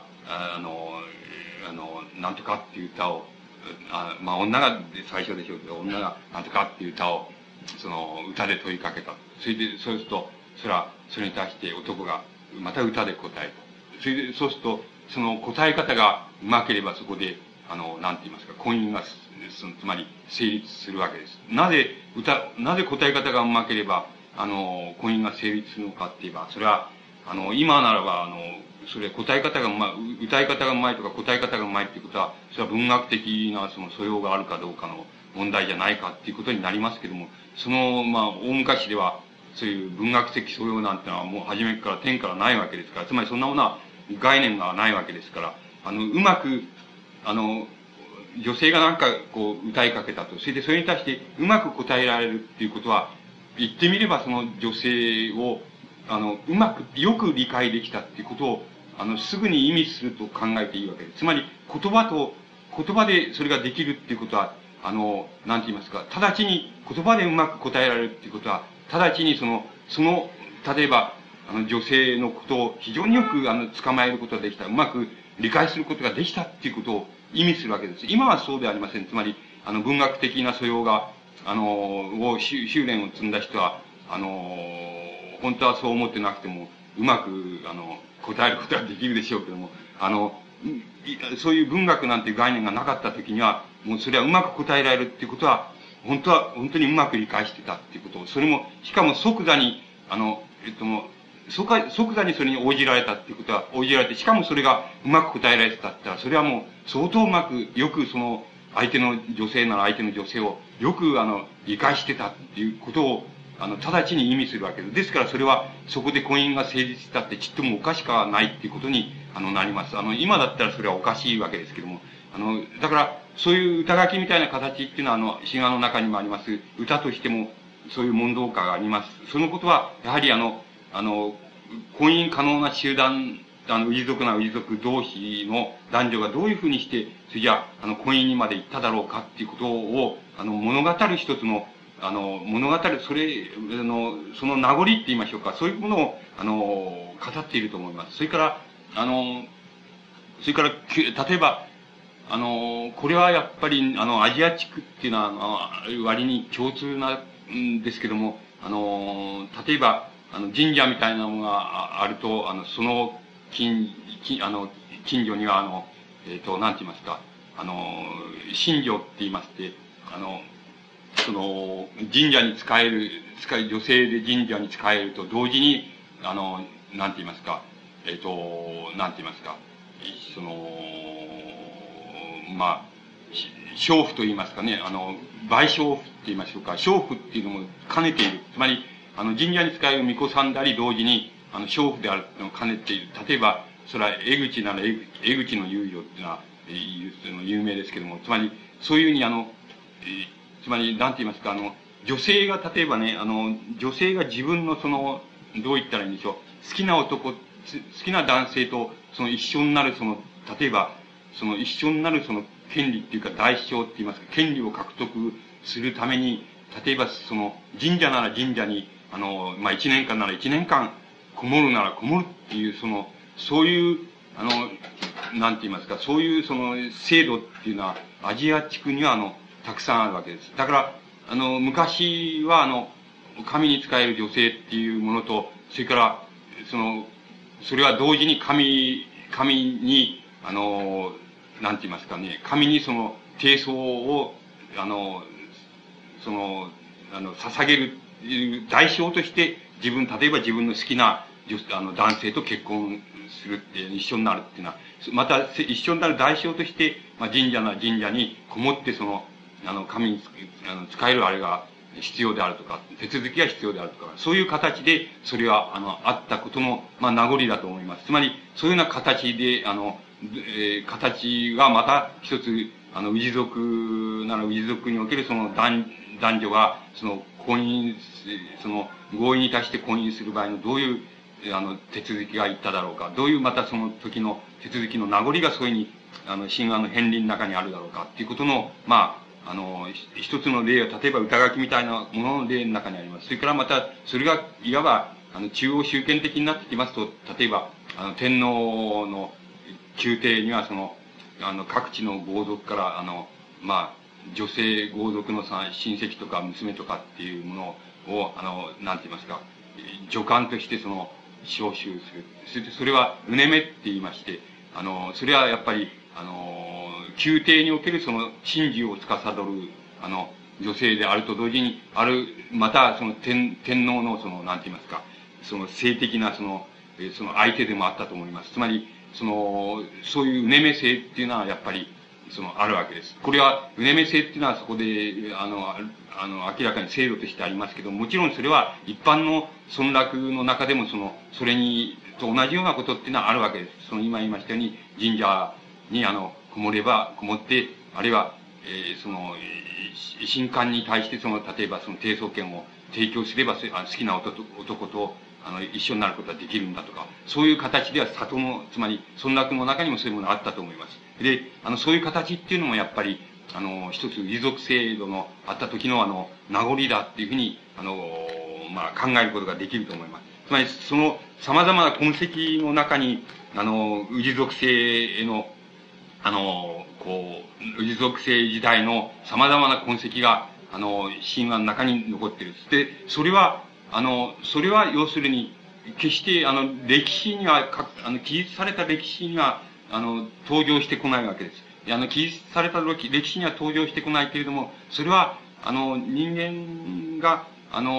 なんとかっていう歌を、女が最初でしょうけど、女がなんとかっていう歌を、歌で問いかけた。それで、そうすると、それに対して男が、また歌で答えた。それで、そうすると、その答え方がうまければそこで、なんて言いますか、婚姻が、つまり成立するわけです。なぜ答え方がうまければ、婚姻が成立するのかって言えば、それは、今ならば、それ答え方がうまい、歌い方がうまいとか答え方がうまいっていうことは、それは文学的な素養があるかどうかの問題じゃないかっていうことになりますけども、大昔では、そういう文学的素養なんてのはもう初めから天からないわけですから、つまりそんなものは概念がないわけですから、うまく、女性がなんか歌いかけたと。それに対してうまく答えられるっていうことは、言ってみればその女性を、うまく、よく理解できたっていうことを、すぐに意味すると考えていいわけです。つまり、言葉でそれができるっていうことは、なんて言いますか、直ちに言葉でうまく答えられるっていうことは、直ちに例えば、女性のことを非常によく、捕まえることができた。うまく理解することができたっていうことを意味するわけです。今はそうではありません。つまり、文学的な素養が、修練を積んだ人は、本当はそう思ってなくても、うまく、答えることができるでしょうけども、そういう文学なんていう概念がなかった時には、もうそれはうまく答えられるっていうことは、本当にうまく理解してたっていうことを、それも、しかも即座に、即座にそれに応じられたっていうことは、応じられて、しかもそれがうまく答えられてたって言ったら、それはもう相当うまく、よく相手の女性なら相手の女性をよく理解してたっていうことを、直ちに意味するわけです。ですからそれは、そこで婚姻が成立したってちっともおかしくはないっていうことに、なります。今だったらそれはおかしいわけですけども、だから、そういう歌書きみたいな形っていうのは、詩画の中にもあります。歌としても、そういう問答歌があります。そのことは、やはり婚姻可能な集団、氏族な氏族同士の男女がどういうふうにして、それじゃ婚姻にまで行っただろうかっていうことを、物語る一つの、物語る、その名残って言いましょうか、そういうものを、語っていると思います。それから、例えば、これはやっぱり、アジア地区っていうのは、割に共通なんですけども、例えば、神社みたいなものがあると、その近所には、なんて言いますか、神女って言いまして、神社に女性で神社に仕えると同時に、なんて言いますか、なんて言いますか、娼婦と言いますかね、売娼婦って言いましょうか、娼婦っていうのも兼ねている。つまり、神社に仕える巫女さんであり、同時に、娼婦であるっていうのを兼ねている。例えば、それは江口なら江口の遊女っていうのは、有名ですけども、つまり、そういうふうにつまり、なんて言いますか、女性が例えばね、女性が自分のどう言ったらいいんでしょう、好きな男、好きな男性と、一緒になる例えば、一緒になる権利っていうか代償って言いますか、権利を獲得するために、例えば神社なら神社に、まあ、1年間なら1年間、こもるならこもるっていう、そういう、なんて言いますか、そういう制度っていうのは、アジア地区にはたくさんあるわけです。だから、昔は神に仕える女性っていうものと、それから、それは同時に神に、なんて言いますかね、神に貞操を、捧げる代償として、例えば自分の好きな男性と結婚するって、一緒になるっていうのは、また一緒になる代償として、まあ、神社にこもって神に仕えるあれが必要であるとか、手続きが必要であるとか、そういう形で、それは、あったことの、まあ、名残だと思います。つまり、そういうような形で、形がまた一つ、氏族なら氏族における男女が、婚姻、合意に対して婚姻する場合のどういう、手続きがいっただろうか、どういうまたその時の手続きの名残がそういうふうに、神話の片鱗の中にあるだろうかっていうことの、まあ、一つの例は、例えば歌書きみたいなものの例の中にあります。それからまた、それが、いわば、中央集権的になってきますと、例えば、天皇の宮廷には各地の豪族から、まあ、女性豪族の親戚とか娘とかっていうものを、なんて言いますか、女官として召集する。それは、うねめって言いまして、それはやっぱり、宮廷における神事を司る、女性であると同時に、また、天皇のなんて言いますか、性的な相手でもあったと思います。つまり、そういううねめ性っていうのはやっぱり、あるわけです。これは、うねめ性っていうのはそこで、明らかに制度としてありますけど、もちろんそれは一般の村落の中でもそれと同じようなことっていうのはあるわけです。今言いましたように、神社にこもって、あるいは、神官に対して例えば貞操権を提供すれば、好きな男と、一緒になることができるんだとか、そういう形ではつまり、村落の中にもそういうものがあったと思います。で、そういう形っていうのもやっぱり、一つ遺族制度のあった時の名残だっていうふうに、まあ、考えることができると思います。つまり、様々な痕跡の中に、氏族制の、氏族制時代の様々な痕跡が、神話の中に残っている。で、それは要するに、決して、歴史には、記述された歴史には、登場してこないわけです。記述された歴史には登場してこないけれども、それは、人間が、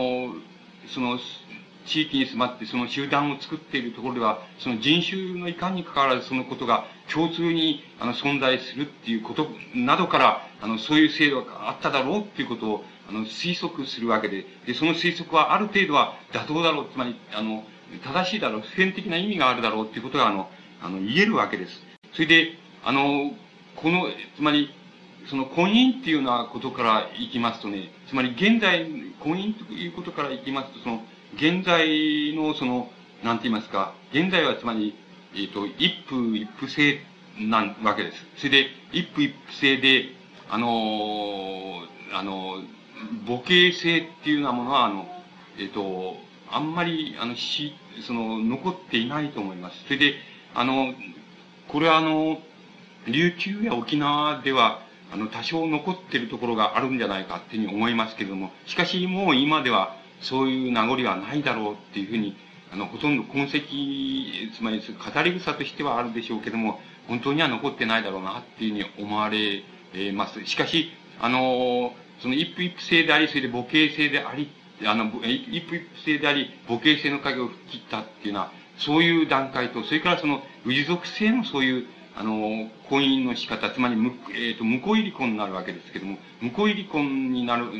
地域に住まって集団を作っているところでは、人種のいかんに関わらずそのことが共通に存在するっていうことなどから、そういう制度があっただろうっていうことを、推測するわけで、その推測はある程度は妥当だろう、つまり、正しいだろう、普遍的な意味があるだろうっていうことが、言えるわけです。それで、つまり、婚姻っていうようなことからいきますとね、つまり婚姻ということからいきますと、現在のなんて言いますか、現在はつまり、一夫一夫制なわけです。それで、一夫一夫制で、母系制っていうようなものは、あんまり、残っていないと思います。それで、これは琉球や沖縄では、多少残っているところがあるんじゃないかっていうふうに思いますけれども、しかしもう今ではそういう名残はないだろうっていうふうに、ほとんど痕跡、つまり語り草としてはあるでしょうけども、本当には残ってないだろうなっていうふうに思われます。しかし、その一夫一夫制であり、それで母系制であり、一夫一夫制であり、母系制の影を吹き切ったっていうのは、そういう段階と、それから氏族制のそういう、婚姻の仕方、つまり、婿入り婚になるわけですけども、婿入り婚になる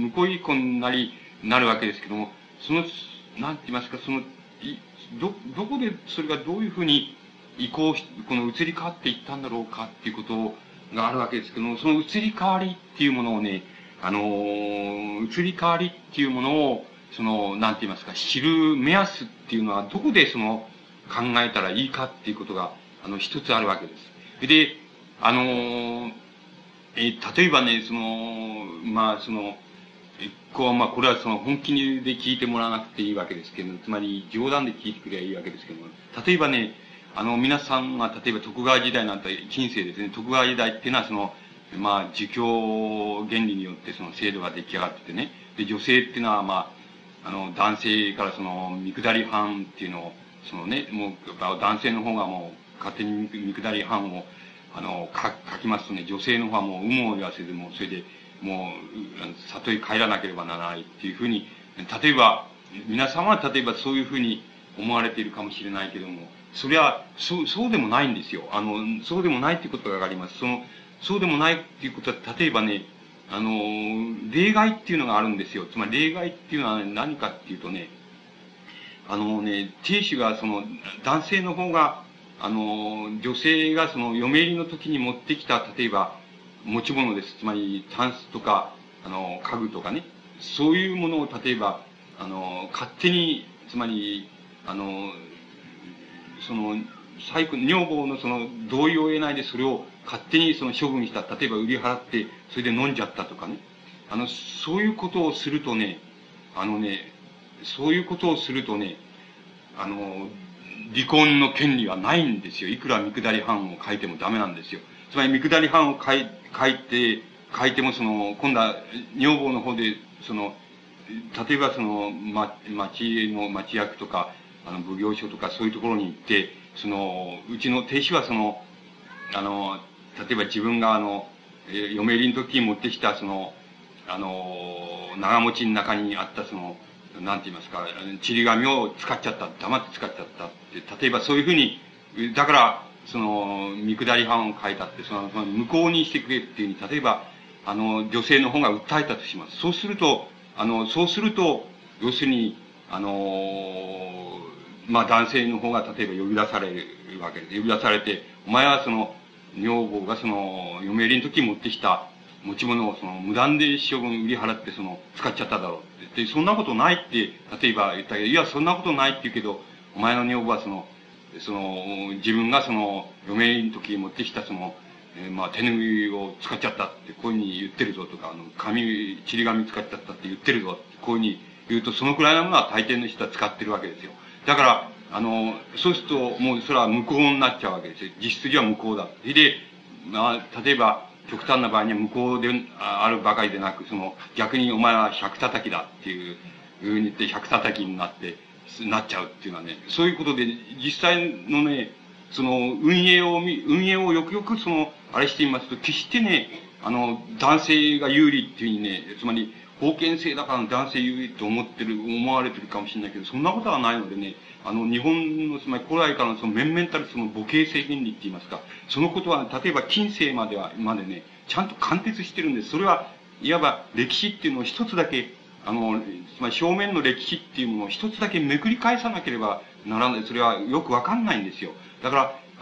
わけですけども、なんて言いますか、どこでそれがどういうふうに移り変わっていったんだろうかっていうことがあるわけですけども、その移り変わりっていうものをね、 移り変わりっていうものを、なんて言いますか、知る目安っていうのは、どこで考えたらいいかっていうことが、一つあるわけです。で、例えばね、これは本気で聞いてもらわなくていいわけですけど、つまり冗談で聞いてくればいいわけですけども、例えばね、皆さんが、例えば徳川時代なんて、近世ですね、徳川時代っていうのは儒教原理によって制度が出来上がっててね、で、女性っていうのは、男性から見下り藩っていうのを、もう、男性の方がもう、勝手に見下り藩を、書きますとね、女性の方はもう、有無を言わせず、もう、それで、もう、里へ帰らなければならないっていうふうに、例えば、皆さんは例えばそういうふうに思われているかもしれないけども、それは、そうでもないんですよ。そうでもないっていうことがわかります。そうでもないっていうことは、例えばね、例外っていうのがあるんですよ。つまり例外っていうのは何かっていうとね、亭主が男性の方が、女性が嫁入りの時に持ってきた、例えば、持ち物です。つまり、タンスとか、家具とかね。そういうものを、例えば、勝手に、つまり、女房の同意を得ないでそれを勝手に処分した。例えば売り払って、それで飲んじゃったとかね。そういうことをするとね、そういうことをするとね、離婚の権利はないんですよ。いくら見下り藩を書いてもダメなんですよ。つまり見下り藩を書いても今度は女房の方で、例えば町役とか、奉行所とかそういうところに行って、うちの亭主は例えば自分が嫁入りの時に持ってきた長持ちの中にあったなんて言いますか、ちり紙を使っちゃった、黙って使っちゃったって、例えばそういうふうに、だから、見下り藩を書いたって、無効にしてくれっていうふうに、例えば、女性の方が訴えたとします。そうすると、要するに、男性の方が例えば呼び出されるわけです。呼び出されて、お前は女房が嫁入りの時に持ってきた持ち物を無断で処分売り払って使っちゃっただろうって。で、そんなことないって、例えば言ったけど、いや、そんなことないって言うけど、お前の女房は自分が嫁入りの時に持ってきた手拭いを使っちゃったって、こういうふうに言ってるぞとか、ちり紙使っちゃったって言ってるぞって、こういうふうに言うと、そのくらいのものは大抵の人は使ってるわけですよ。だから、そうすると、もうそれは無効になっちゃうわけですよ。実質上は無効だ。で、例えば、極端な場合には無効であるばかりでなく、逆にお前は百叩きだっていうふうに言って百叩きになっちゃうっていうのはね、そういうことで、実際のね、運営をよくよくあれしてみますと、決してね、男性が有利っていうふうにね、つまり、封建制だから男性有利と思われてるかもしれないけど、そんなことはないのでね、日本の、つまり古来からの面々たる母系性原理って言いますか、そのことは、例えば近世までね、ちゃんと貫徹してるんです。それは、いわば歴史っていうのを一つだけ、つまり正面の歴史っていうものを一つだけめくり返さなければならない。それはよくわかんないんですよ。だから、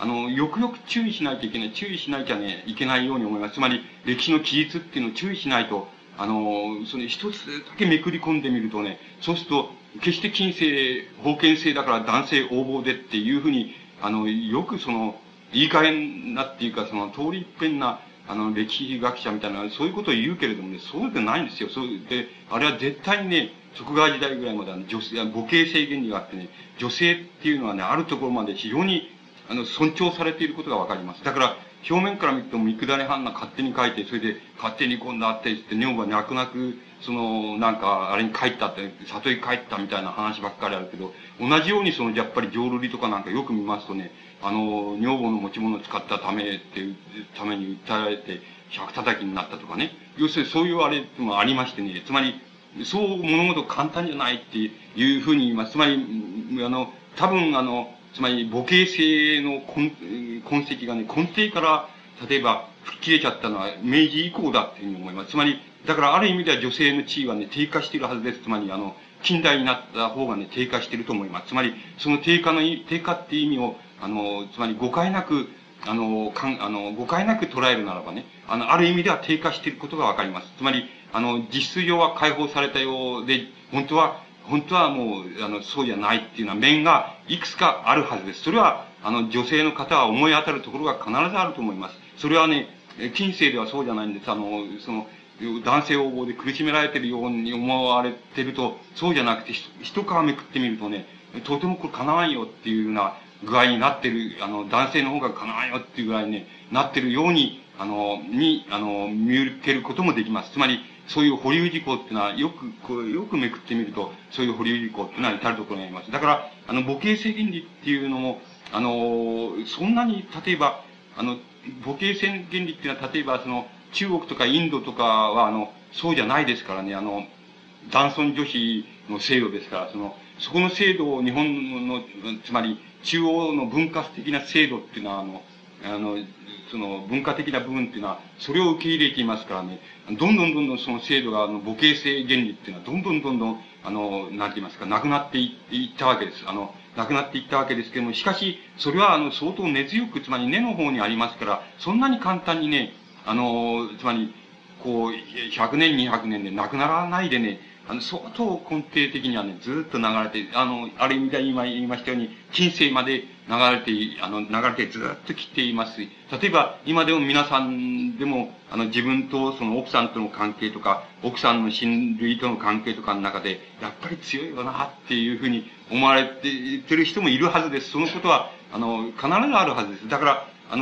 よくよく注意しないといけない。注意しなきゃね、いけないように思います。つまり、歴史の記述っていうのを注意しないと、一つだけめくり込んでみるとね、そうすると、決して近世、封建制だから男性横暴でっていうふうに、よくいい加減なっていうか、通り一遍な、歴史学者みたいな、そういうことを言うけれどもね、そうでないんですよ。そうで、あれは絶対にね、徳川時代ぐらいまでは、女性、母系性原理があってね、女性っていうのはね、あるところまで非常に、尊重されていることがわかります。だから、表面から見ても見下り藩が勝手に書いて、それで勝手に今度あってって、女房は泣く泣く、あれに帰ったって、里へ帰ったみたいな話ばっかりあるけど、同じようにやっぱり浄瑠璃とかなんかよく見ますとね、女房の持ち物を使ったために訴えられて、百叩きになったとかね。要するにそういうあれもありましてね、つまり、そう物事簡単じゃないっていうふうに言います。つまり、多分つまり母系性の痕跡がね、根底から、例えば、吹っ切れちゃったのは明治以降だっていうふうに思います。つまり、だからある意味では女性の地位はね、低下しているはずです。つまり、近代になった方がね、低下していると思います。つまり、その低下っていう意味を、つまり誤解なく誤解なく捉えるならばね、ある意味では低下していることがわかります。つまり、実質上は解放されたようで、本当はもう、そうじゃないっていうような面がいくつかあるはずです。それは、女性の方は思い当たるところが必ずあると思います。それはね、近世ではそうじゃないんです。男性応募で苦しめられているように思われていると、そうじゃなくて、一皮めくってみるとね、とてもこれ叶わんよっていうような具合になってる、男性の方が叶わんよっていう具合にね、なってるように、見受けることもできます。つまり、そういう保留事項っていうのは、よくめくってみると、そういう保留事項っていうのは至るところにあります。だから、母系性原理っていうのも、そんなに、例えば、母系性原理っていうのは、例えば、中国とかインドとかは、そうじゃないですからね、男尊女卑の制度ですから、そこの制度を日本の、つまり、中央の文化的な制度っていうのは、文化的な部分っていうのは、それを受け入れていますからね、どんどんその制度が、母系性原理っていうのは、どんどん、なんて言いますか、なくなっていったわけです。なくなっていったわけですけども、しかし、それは、相当根強く、つまり根の方にありますから、そんなに簡単にね、つまり、100年、200年でなくならないでね、相当根底的にはね、ずっと流れて、ある意味では今言いましたように、近世まで流れてずっと来ていますし、例えば、今でも皆さんでも、自分とその奥さんとの関係とか、奥さんの親類との関係とかの中で、やっぱり強いよな、っていうふうに思われている人もいるはずです。そのことは、必ずあるはずです。だから、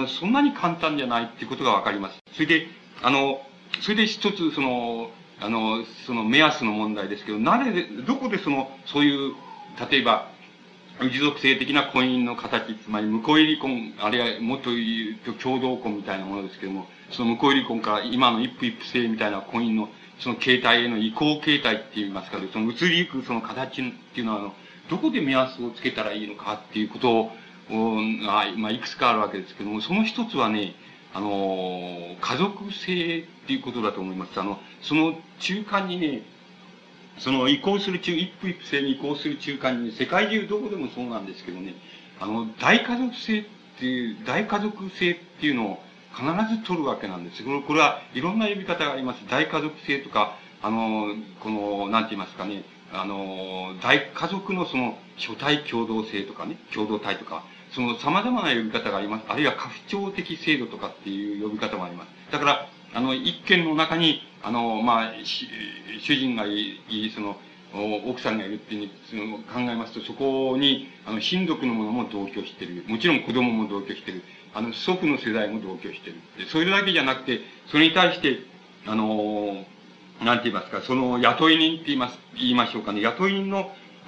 そんなに簡単じゃないっていうことがわかります。それで一つ、その目安の問題ですけど、どこでそういう、例えば、持続性的な婚姻の形、つまり、婿入り婚、あるいはもっと言うと共同婚みたいなものですけども、その婿入り婚から今の一夫一夫制みたいな婚姻の、その形態への移行形態って言いますか、その移りゆくその形っていうのは、どこで目安をつけたらいいのかっていうことを、いくつかあるわけですけども、その一つはね、家族性っていうことだと思います。その中間にね、一夫一夫制に移行する中間に、世界中どこでもそうなんですけどね、大家族性っていうのを必ず取るわけなんです。これはいろんな呼び方があります。大家族性とか、なんて言いますかね、大家族の初対共同性とかね、共同体とか、様々な呼び方があります。あるいは家父長的制度とかっていう呼び方もあります。だから、一軒の中に、主人が奥さんがいるっていうふうに考えますと、そこに、親族の者も同居している。もちろん子供も同居している。祖父の世代も同居している。それだけじゃなくて、それに対して、なんて言いますか、雇い人って言いましょうかね。雇い人の、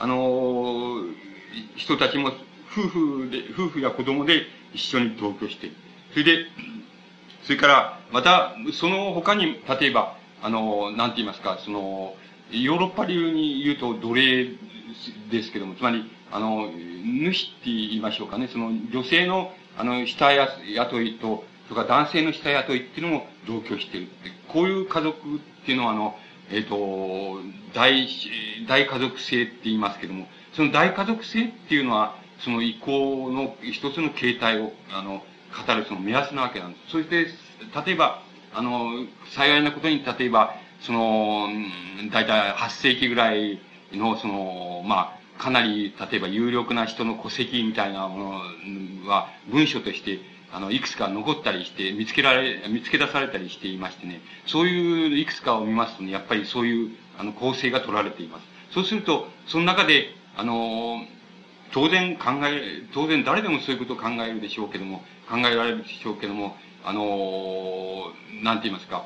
人たちも、夫婦や子供で一緒に同居している。それから、また、その他に、例えば、なんて言いますか、ヨーロッパ流に言うと奴隷ですけども、つまり、主って言いましょうかね、女性の、下雇いとか男性の下雇いっていうのも同居しているって。こういう家族っていうのは、大家族性って言いますけども、その大家族性っていうのは、その移行の一つの形態を、語る目安なわけなんです。そして、例えば、幸いなことに、例えば、大体8世紀ぐらいの、かなり、例えば有力な人の戸籍みたいなものは、文書として、いくつか残ったりして、見つけ出されたりしていましてね、そういういくつかを見ますとね、やっぱりそういう、構成が取られています。そうすると、その中で、当然誰でもそういうことを考えるでしょうけども、考えられるでしょうけども、なんて言いますか、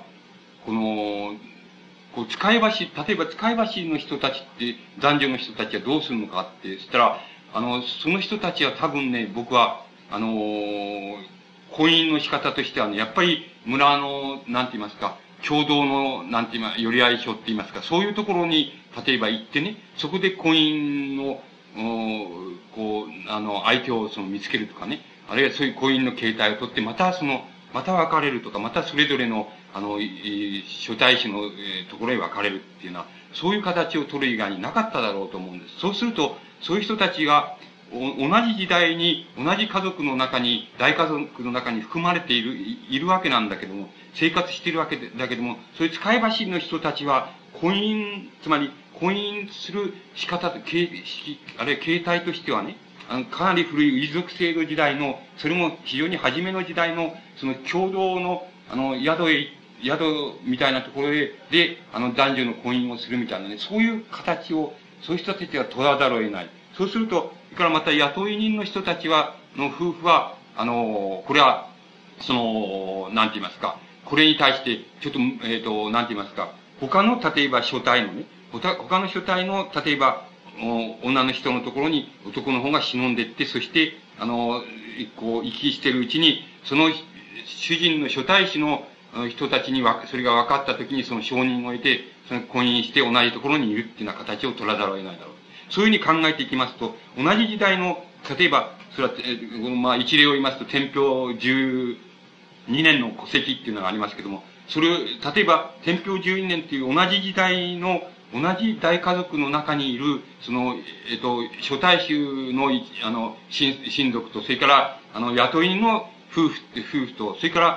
例えば使い橋の人たちって、男女の人たちはどうするのかって、そしたら、その人たちは多分ね、僕は、婚姻の仕方としてはね、やっぱり村の、なんて言いますか、共同の、寄り合い所って言いますか、そういうところに、例えば行ってね、そこで婚姻の、相手を見つけるとかね、あるいはそういう婚姻の形態をとって、また別れるとか、またそれぞれの、初対種の、ところへ別れるっていうのは、そういう形を取る以外になかっただろうと思うんです。そうすると、そういう人たちが、 同じ時代に、同じ家族の中に、大家族の中に含まれているわけなんだけども、生活しているわけだけども、そういう使い走りの人たちは、婚姻、つまり、婚姻する仕方と、あるいは形態としてはね、かなり古い遺族制度時代の、それも非常に初めの時代の、その共同の、宿みたいなところで、男女の婚姻をするみたいなね、そういう形を、そういう人たちは取らざるを得ない。そうすると、それからまた雇い人の人たちは、夫婦は、これは、なんて言いますか、これに対して、ちょっと、なんて言いますか、他の、例えば書体のね、他の書体の、例えば、女の人のところに男の方が忍んでいって、そして、行き来しているうちに、その主人の書体師の人たちにそれが分かったときにその承認を得て、その婚姻して同じところにいるっていうような形を取らざるを得ないだろう。そういうふうに考えていきますと、同じ時代の、例えば、それは、一例を言いますと、天平12年の戸籍っていうのがありますけども、それを、例えば、天平12年っていう同じ時代の、同じ大家族の中にいる、諸大衆の、親族と、それから、雇い人の夫婦と、それから、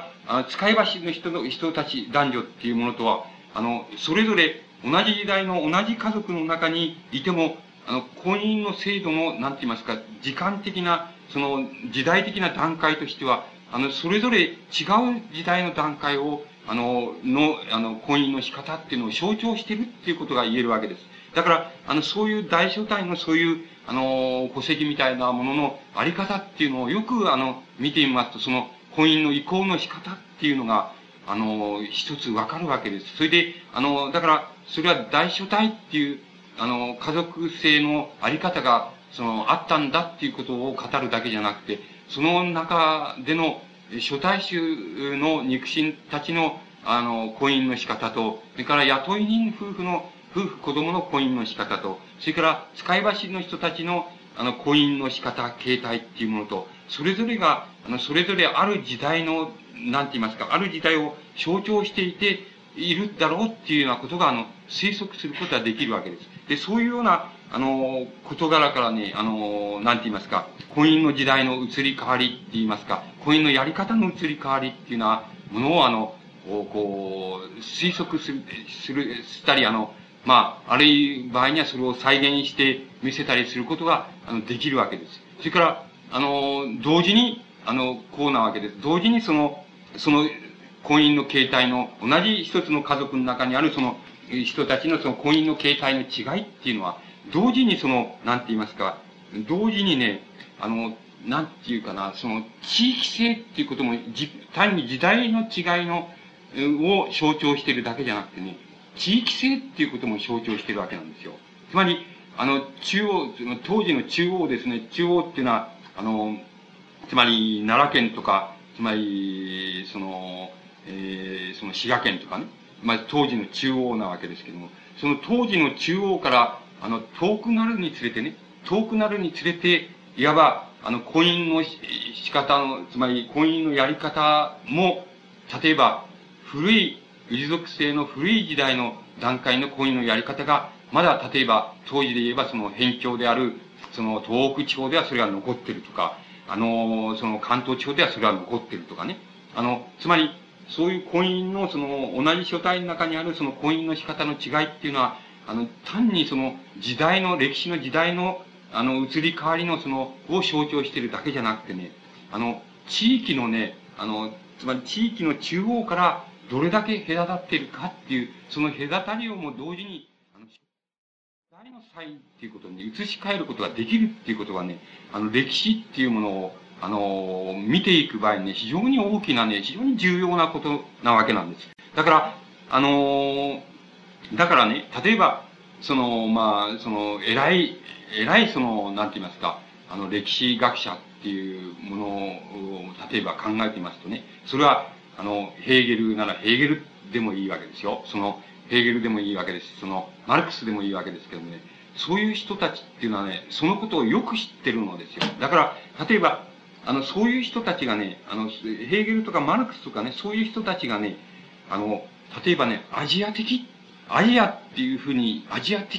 使い走りの人たち、男女っていうものとは、それぞれ同じ時代の同じ家族の中にいても、婚姻の制度の、なんて言いますか、時間的な、時代的な段階としては、それぞれ違う時代の段階を、婚姻の仕方っていうのを象徴しているっていうことが言えるわけです。だから、そういう大所帯のそういう、戸籍みたいなもののあり方っていうのをよく、見てみますと、その婚姻の移行の仕方っていうのが、一つわかるわけです。それで、だから、それは大所帯っていう、家族性のあり方が、あったんだっていうことを語るだけじゃなくて、その中での、諸大衆の肉親たちの、婚姻の仕方と、それから雇い人夫婦子供の婚姻の仕方と、それから使い走りの人たちの、婚姻の仕方、形態っていうものと、それぞれが、それぞれある時代の、なんて言いますか、ある時代を象徴しているだろうっていうようなことが、推測することができるわけです。で、そういうような、事柄からね、なんて言いますか、婚姻の時代の移り変わりって言いますか、婚姻のやり方の移り変わりっていうようなものを、推測したり、ある場合にはそれを再現して見せたりすることが、できるわけです。それから、同時に、こうなわけです。同時にその婚姻の形態の、同じ一つの家族の中にあるその人たちのその婚姻の形態の違いっていうのは、同時になんて言いますか、同時にね、なんていうかな、地域性っていうことも、単に時代の違いを象徴しているだけじゃなくてね、地域性っていうことも象徴しているわけなんですよ。つまり、当時の中央ですね、中央っていうのは、つまり、奈良県とか、つまり、滋賀県とかね、当時の中央なわけですけども、その当時の中央から、遠くなるにつれて、いわば、婚姻の仕方の、つまり婚姻のやり方も、例えば、遺族制の古い時代の段階の婚姻のやり方が、まだ例えば、当時で言えば辺境である、東北地方ではそれが残ってるとか、関東地方ではそれは残ってるとかね。つまり、そういう婚姻の同じ書体の中にある婚姻の仕方の違いっていうのは、単に歴史の時代の、移り変わりのを象徴しているだけじゃなくてね、地域のね、つまり地域の中央からどれだけ隔たっているかっていう、その隔たりをも同時に、二人の際っていうことに移し替えることができるっていうことがね、歴史っていうものを、見ていく場合にね、非常に大きなね、非常に重要なことなわけなんです。だから、ね、例えば、偉い、なんて言いますか、歴史学者っていうものを、例えば考えてみますとね、それは、ヘーゲルならヘーゲルでもいいわけですよ。ヘーゲルでもいいわけです。マルクスでもいいわけですけどもね、そういう人たちっていうのはね、そのことをよく知ってるのですよ。だから、例えば、そういう人たちがね、ヘーゲルとかマルクスとかね、そういう人たちがね、例えばね、アジアっていうふうに、アジア的っ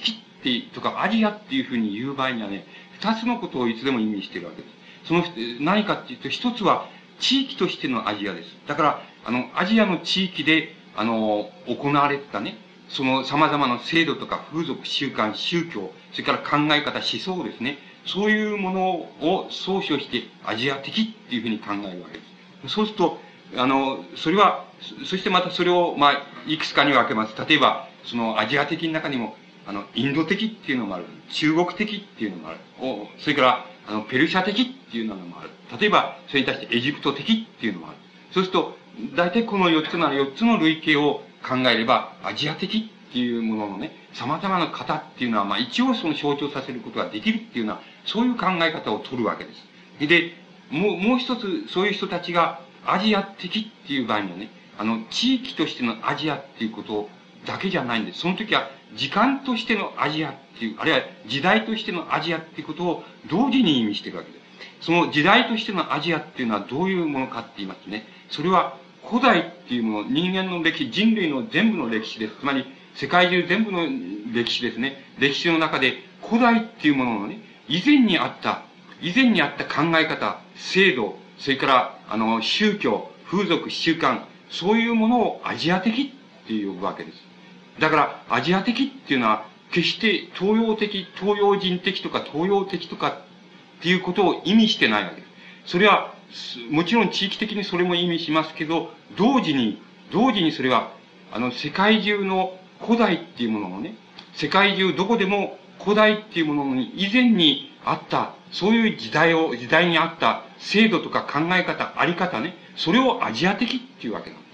ってとかアジアっていうふうに言う場合にはね、二つのことをいつでも意味しているわけです。その、何かっていうと、一つは地域としてのアジアです。だから、アジアの地域で、行われてたね、その様々な制度とか風俗、習慣、宗教、それから考え方、思想ですね。そういうものを総称してアジア的っていうふうに考えるわけです。そうすると、それは、そしてまたそれを、まあ、いくつかに分けます。例えば、そのアジア的の中にも、インド的っていうのもある。中国的っていうのもある。それから、ペルシャ的っていうのもある。例えば、それに対してエジプト的っていうのもある。そうすると、大体この4つの類型を考えれば、アジア的っていうもののね、様々な型っていうのは、まあ一応その象徴させることができるっていうような、そういう考え方を取るわけです。で、もう一つ、そういう人たちがアジア的っていう場合にはね、地域としてのアジアっていうことだけじゃないんです。その時は、時間としてのアジアっていう、あるいは時代としてのアジアっていうことを同時に意味しているわけです。その時代としてのアジアっていうのはどういうものかって言いますとね、それは古代っていうもの、人間の歴史、人類の全部の歴史です。つまり、世界中全部の歴史ですね。歴史の中で、古代っていうもののね、以前にあった考え方、制度、それから、宗教、風俗、習慣、そういうものをアジア的っていうわけです。だから、アジア的っていうのは、決して東洋的、東洋人的とか東洋的とかっていうことを意味してないわけです。それは、もちろん地域的にそれも意味しますけど、同時にそれは、世界中の古代っていうもののね、世界中どこでも古代っていうものに以前にあった、そういう時代にあった制度とか考え方、あり方ね、それをアジア的っていうわけなんです。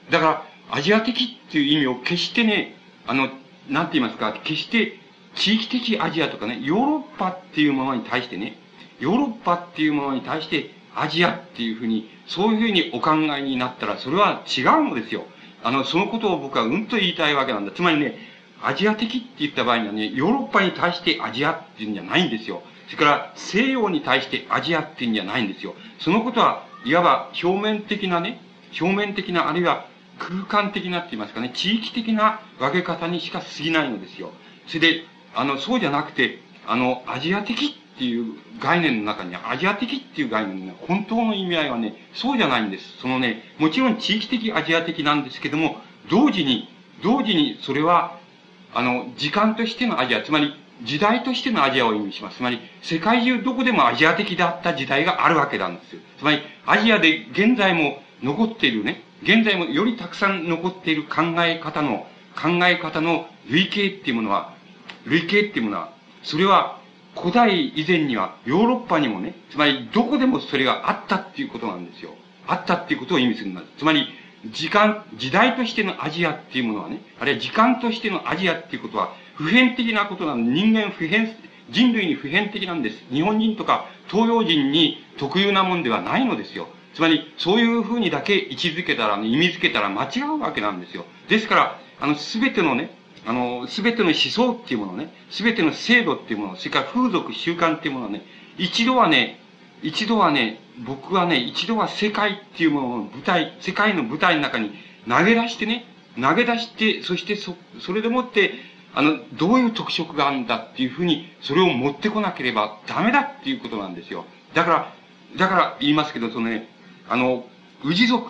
だから、アジア的っていう意味を決してね、なんて言いますか、決して地域的アジアとかね、ヨーロッパっていうものに対してね、ヨーロッパっていうものに対してアジアっていうふうに、そういうふうにお考えになったら、それは違うのですよ。そのことを僕はうんと言いたいわけなんだ。つまりね、アジア的って言った場合にはね、ヨーロッパに対してアジアっていうんじゃないんですよ。それから西洋に対してアジアっていうんじゃないんですよ。そのことは、いわば表面的な、あるいは空間的なって言いますかね、地域的な分け方にしか過ぎないのですよ。それで、そうじゃなくて、アジア的っていう概念の中には、アジア的っていう概念の本当の意味合いはね、そうじゃないんです。そのね、もちろん地域的アジア的なんですけども、同時にそれは、時間としてのアジア、つまり時代としてのアジアを意味します。つまり、世界中どこでもアジア的だった時代があるわけなんですよ。つまり、アジアで現在も残っているね、現在もよりたくさん残っている考え方の類型っていうものは、それは古代以前にはヨーロッパにもね、つまりどこでもそれがあったっていうことなんですよ。あったっていうことを意味するんです。つまり、時代としてのアジアっていうものはね、あるいは時間としてのアジアっていうことは普遍的なことなんで、人類に普遍的なんです。日本人とか東洋人に特有なもんではないのですよ。つまり、そういうふうにだけ位置づけたらね、意味づけたら間違うわけなんですよ。ですから、すべてのね、すべての思想っていうものね、すべての制度っていうもの、それから風俗習慣っていうものはね、一度は僕はね、一度は世界っていうものの世界の舞台の中に投げ出して、そしてそれでもって、どういう特色があるんだっていうふうに、それを持ってこなければダメだっていうことなんですよ。だから言いますけど、そのね、氏族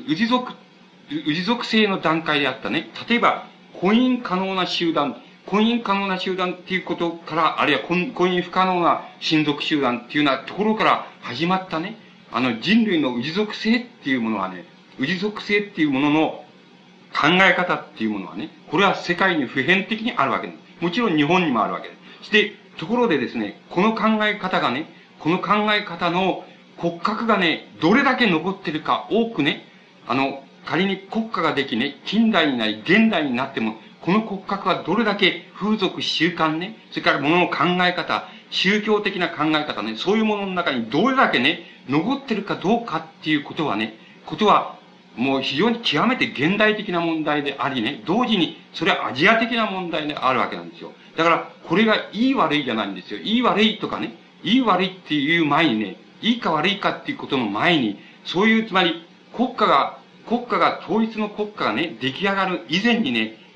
性の段階であったね、例えば、婚姻可能な集団っていうことから、あるいは婚姻不可能な親族集団っていうようなところから始まったね、人類の氏族性っていうものはね、氏族性っていうものの考え方っていうものはね、これは世界に普遍的にあるわけです。もちろん日本にもあるわけです。して、ところでですね、この考え方の骨格がね、どれだけ残ってるか多くね、仮に国家ができね、近代になり、現代になっても、この骨格はどれだけ風俗習慣ね、それから物の考え方、宗教的な考え方ね、そういうものの中にどれだけね、残ってるかどうかっていうことは、もう非常に極めて現代的な問題でありね、同時にそれはアジア的な問題であるわけなんですよ。だから、これがいい悪いじゃないんですよ。いい悪いとかね、いい悪いっていう前にね、いいか悪いかっていうことの前に、そういう、つまり、統一の国家がね、出来上がる以前にね、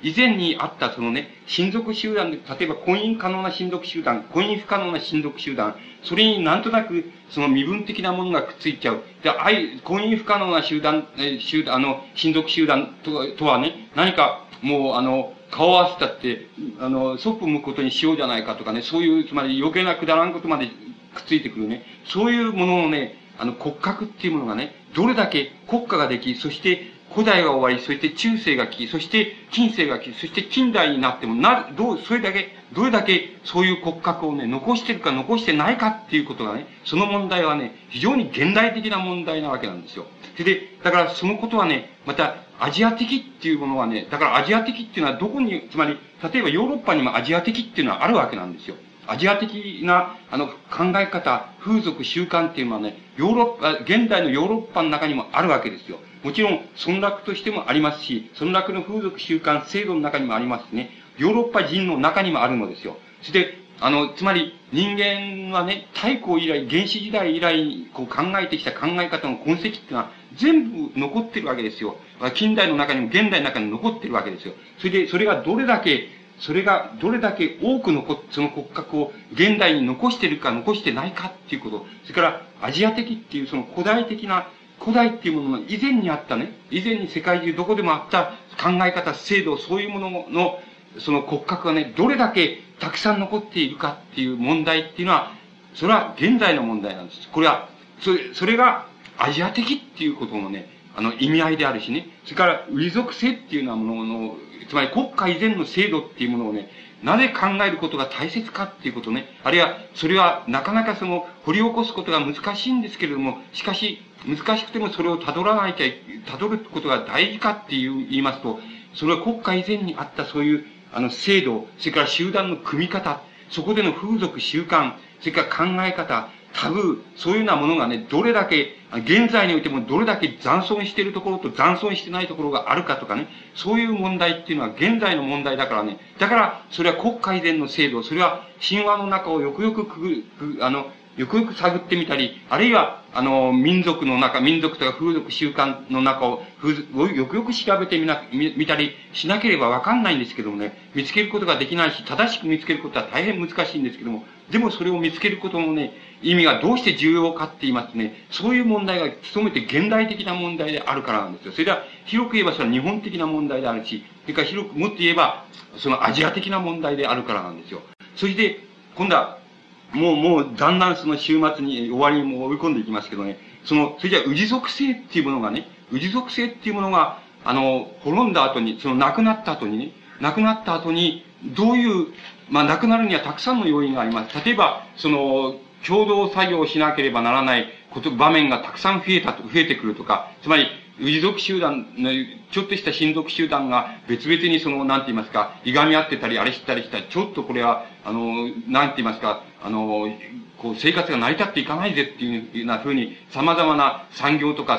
以前にあったそのね、親族集団で、例えば婚姻可能な親族集団、婚姻不可能な親族集団、それになんとなくその身分的なものがくっついちゃう。で、婚姻不可能な集団、親族集団とはね、何かもう顔合わせたって、そっぽ向くことにしようじゃないかとかね、そういう、つまり余計なくだらんことまでくっついてくるね、そういうもののね、骨格っていうものがね、どれだけ国家ができ、そして古代が終わり、そして中世が来、そして近世が来、そして近代になってもそれだけ、どれだけそういう骨格をね、残してるか残してないかっていうことがね、その問題はね、非常に現代的な問題なわけなんですよ。で、だからそのことはね、また、アジア的っていうものはね、だからアジア的っていうのはどこに、つまり、例えばヨーロッパにもアジア的っていうのはあるわけなんですよ。アジア的な、考え方、風俗、習慣っていうのはね、現代のヨーロッパの中にもあるわけですよ。もちろん、村落としてもありますし、村落の風俗、習慣、制度の中にもありますしね、ヨーロッパ人の中にもあるのですよ。そして、つまり、人間はね、太古以来、原始時代以来、こう考えてきた考え方の痕跡っていうのは、全部残ってるわけですよ。近代の中にも、現代の中にも残ってるわけですよ。それがどれだけ多くその骨格を現代に残してるか残してないかっていうこと。それから、アジア的っていうその古代っていうものの以前にあったね、以前に世界中どこでもあった考え方、制度、そういうものの、その骨格がね、どれだけたくさん残っているかっていう問題っていうのは、それは現在の問題なんです。これは、それがアジア的っていうことのね、意味合いであるしね、それから、ウィ属性っていうようなものの、つまり国家以前の制度っていうものをね、なぜ考えることが大切かっていうことね、あるいは、それはなかなか掘り起こすことが難しいんですけれども、しかし、難しくてもそれを辿ることが大事かって言いますと、それは国家以前にあったそういう、制度、それから集団の組み方、そこでの風俗習慣、それから考え方、タブー、そういうようなものがね、どれだけ、現在においてもどれだけ残存しているところと残存してないところがあるかとかね、そういう問題っていうのは現在の問題だからね、だから、それは国家以前の制度、それは神話の中をよくよくよくよく探ってみたり、あるいは、民族とか風俗習慣の中をよくよく調べてみたりしなければわかんないんですけどもね、見つけることができないし、正しく見つけることは大変難しいんですけども、でもそれを見つけることのね、意味がどうして重要かって言いますとね、そういう問題が努めて現代的な問題であるからなんですよ。それでは、広く言えばそれは日本的な問題であるし、それからもっと言えば、そのアジア的な問題であるからなんですよ。そして、今度は、もう、だんだんその終末に、終わりにも追い込んでいきますけどね、それじゃ氏属性っていうものがね、氏属性っていうものが、滅んだ後に、亡くなった後に、どういう、亡くなるにはたくさんの要因があります。例えば、共同作業をしなければならない場面がたくさん増えてくるとか、つまり、氏族集団の、ちょっとした親族集団が別々になんて言いますか、いがみ合ってたり、あれしたりしたら、ちょっとこれは、なんて言いますか、生活が成り立っていかないぜっていうような風に、様々な産業とか、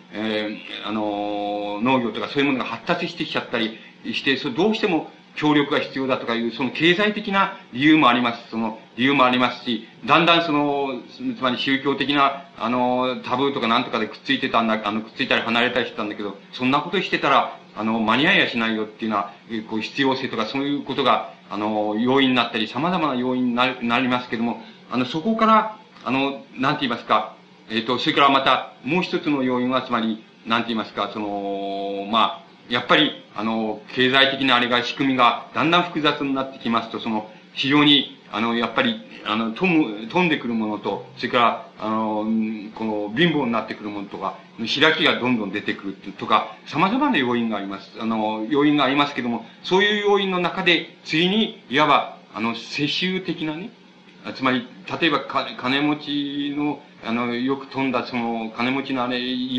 農業とかそういうものが発達してきちゃったりして、どうしても協力が必要だとかいう、経済的な理由もあります。理由もありますし、だんだんつまり宗教的な、タブーとかなんとかでくっついたり離れたりしてたんだけど、そんなことしてたら、間に合いやしないよっていうのは、必要性とかそういうことが、要因になったり、様々な要因になりますけども、そこから、なんて言いますか、それからまた、もう一つの要因は、つまり、なんて言いますか、やっぱり、経済的なあれが、仕組みがだんだん複雑になってきますと、非常に、やっぱり、飛んでくるものと、それから、貧乏になってくるものとか、開きがどんどん出てくるとか、様々な要因があります。要因がありますけども、そういう要因の中で、次に、いわば、世襲的なね、つまり、例えば、金持ちの、よく飛んだ、金持ちの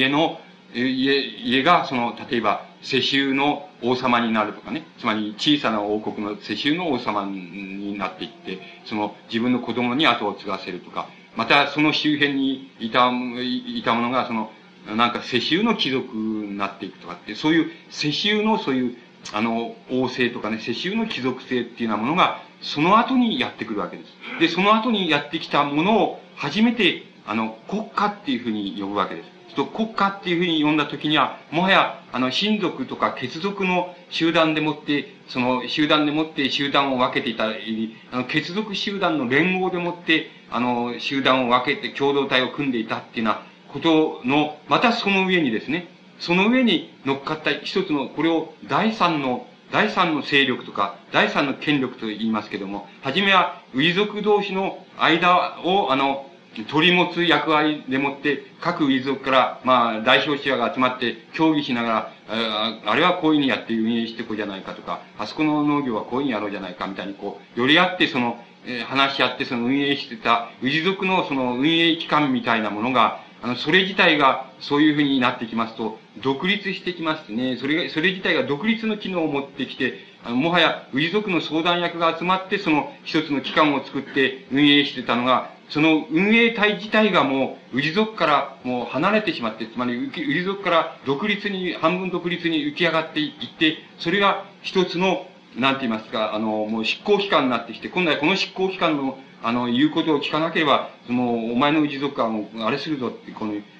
家が、例えば、世襲の王様になるとかね。つまり、小さな王国の世襲の王様になっていって、自分の子供に後を継がせるとか、また、その周辺にいたものが、なんか世襲の貴族になっていくとかって、そういう世襲のそういう、王政とかね、世襲の貴族性っていうようなものが、その後にやってくるわけです。で、その後にやってきたものを、初めて、国家っていうふうに呼ぶわけです。 国家っていうふうに呼んだときには、もはや、親族とか血族の集団でもって、その集団でもって集団を分けていたり、血族集団の連合でもって、集団を分けて共同体を組んでいたっていうようなことの、またその上にですね、その上に乗っかった一つの、これを第三の勢力とか、第三の権力と言いますけども、はじめは、氏族同士の間を、取り持つ役割でもって、各氏族から、代表者が集まって協議しながら、あれはこういうふうにやって運営していこうじゃないかとか、あそこの農業はこういうふうにやろうじゃないかみたいに、寄り合って話し合って運営してた、氏族の運営機関みたいなものが、それ自体がそういうふうになってきますと、独立してきますね。それ自体が独立の機能を持ってきて、もはや氏族の相談役が集まって、一つの機関を作って運営してたのが、その運営体自体がもう、氏族からもう離れてしまって、つまり、氏族から半分独立に浮き上がっていって、それが一つの、なんて言いますか、もう執行機関になってきて、今度はこの執行機関の、言うことを聞かなければ、お前の氏族はもう、あれするぞって、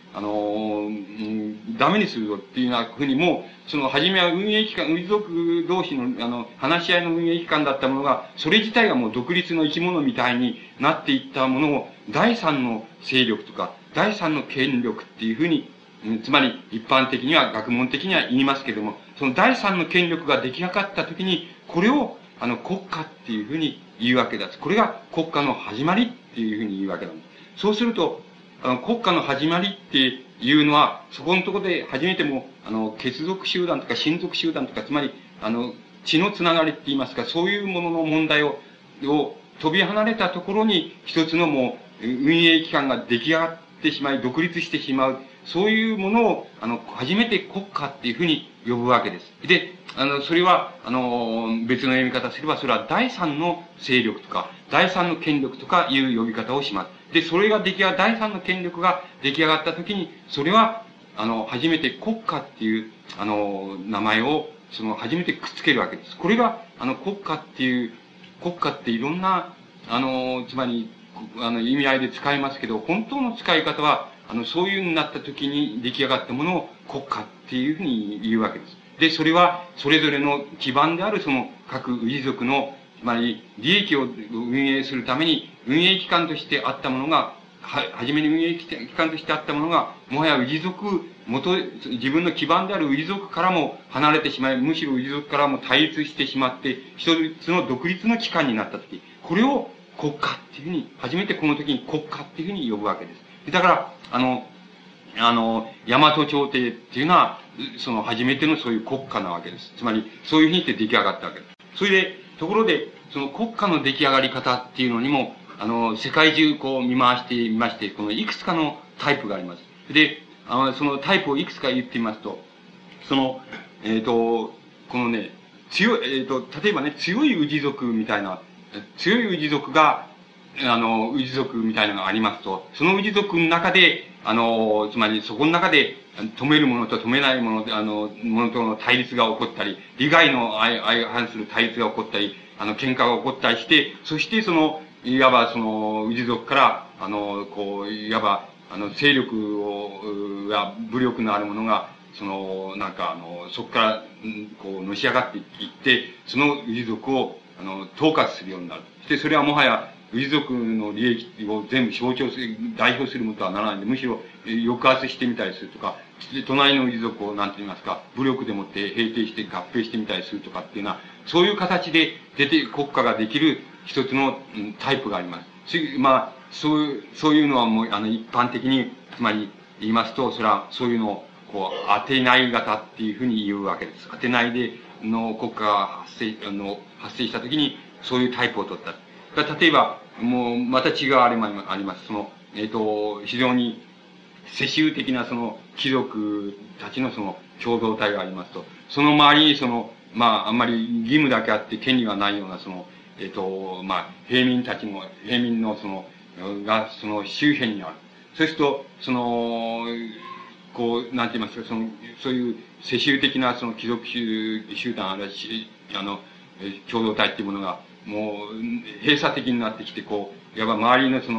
ダメにするぞっていうようなふうにもう、初めは運営機関、氏族同士の、話し合いの運営機関だったものが、それ自体がもう独立の生き物みたいになっていったものを、第三の勢力とか、第三の権力っていうふうに、つまり一般的には、学問的には言いますけれども、その第三の権力が出来上がったときに、これを、国家っていうふうに言うわけだ。これが国家の始まりっていうふうに言うわけなんです。そうすると、国家の始まりっていうのは、そこのところで初めても、血族集団とか親族集団とか、つまり、血のつながりって言いますか、そういうものの問題を飛び離れたところに、一つのもう、運営機関が出来上がってしまい、独立してしまう。そういうものを、初めて国家っていうふうに呼ぶわけです。で、それは、別の読み方すれば、それは第三の勢力とか、第三の権力とかいう呼び方をします。で、それが第三の権力が出来上がったときに、それは、初めて国家っていう、名前を、初めてくっつけるわけです。これが、国家っていろんな、つまり、意味合いで使いますけど、本当の使い方は、そういうになった時に出来上がったものを国家っていうふうに言うわけです。で、それは、それぞれの基盤である各氏族の、つまり、利益を運営するために、運営機関としてあったものが、初めに運営機関としてあったものが、もはや氏族、自分の基盤である氏族からも離れてしまい、むしろ氏族からも対立してしまって、一つの独立の機関になったとき、これを国家っていうふうに、初めてこの時に国家っていうふうに呼ぶわけです。だから、大和朝廷っていうのは、初めてのそういう国家なわけです。つまり、そういうふうにして出来上がったわけです。それで、ところで、国家の出来上がり方っていうのにも、世界中見回してみまして、いくつかのタイプがあります。で、そのタイプをいくつか言ってみますと、このね、例えばね、強い氏族みたいな、強い氏族が、氏族みたいなのがありますと、その氏族の中で、つまりそこの中で、止めるものと止めないもの、ものとの対立が起こったり、利害の相反する対立が起こったり、喧嘩が起こったりして、そしていわば氏族から、いわば、勢力武力のあるものが、そこから、のし上がっていって、その氏族を、統括するようになる。そして、それはもはや、氏族の利益を全部代表するものとはならないんで、むしろ、抑圧してみたりするとか、隣の氏族を、なんて言いますか、武力でもって平定して合併してみたりするとかっていうのは、そういう形で国家ができる一つのタイプがあります。そういうのはもう、一般的に、つまり言いますと、それは、そういうのを、当てない型っていうふうに言うわけです。当てないでの国家が発生したときに、そういうタイプを取った。例えば、もう、また違うあれもあります。非常に世襲的な貴族たちの共同体がありますと、その周りにあんまり義務だけあって権利がないような平民のが周辺にある。そうすると、なんて言いますか、そういう世襲的な貴族集団、あるいは共同体っていうものが、もう、閉鎖的になってきて、いわば周りの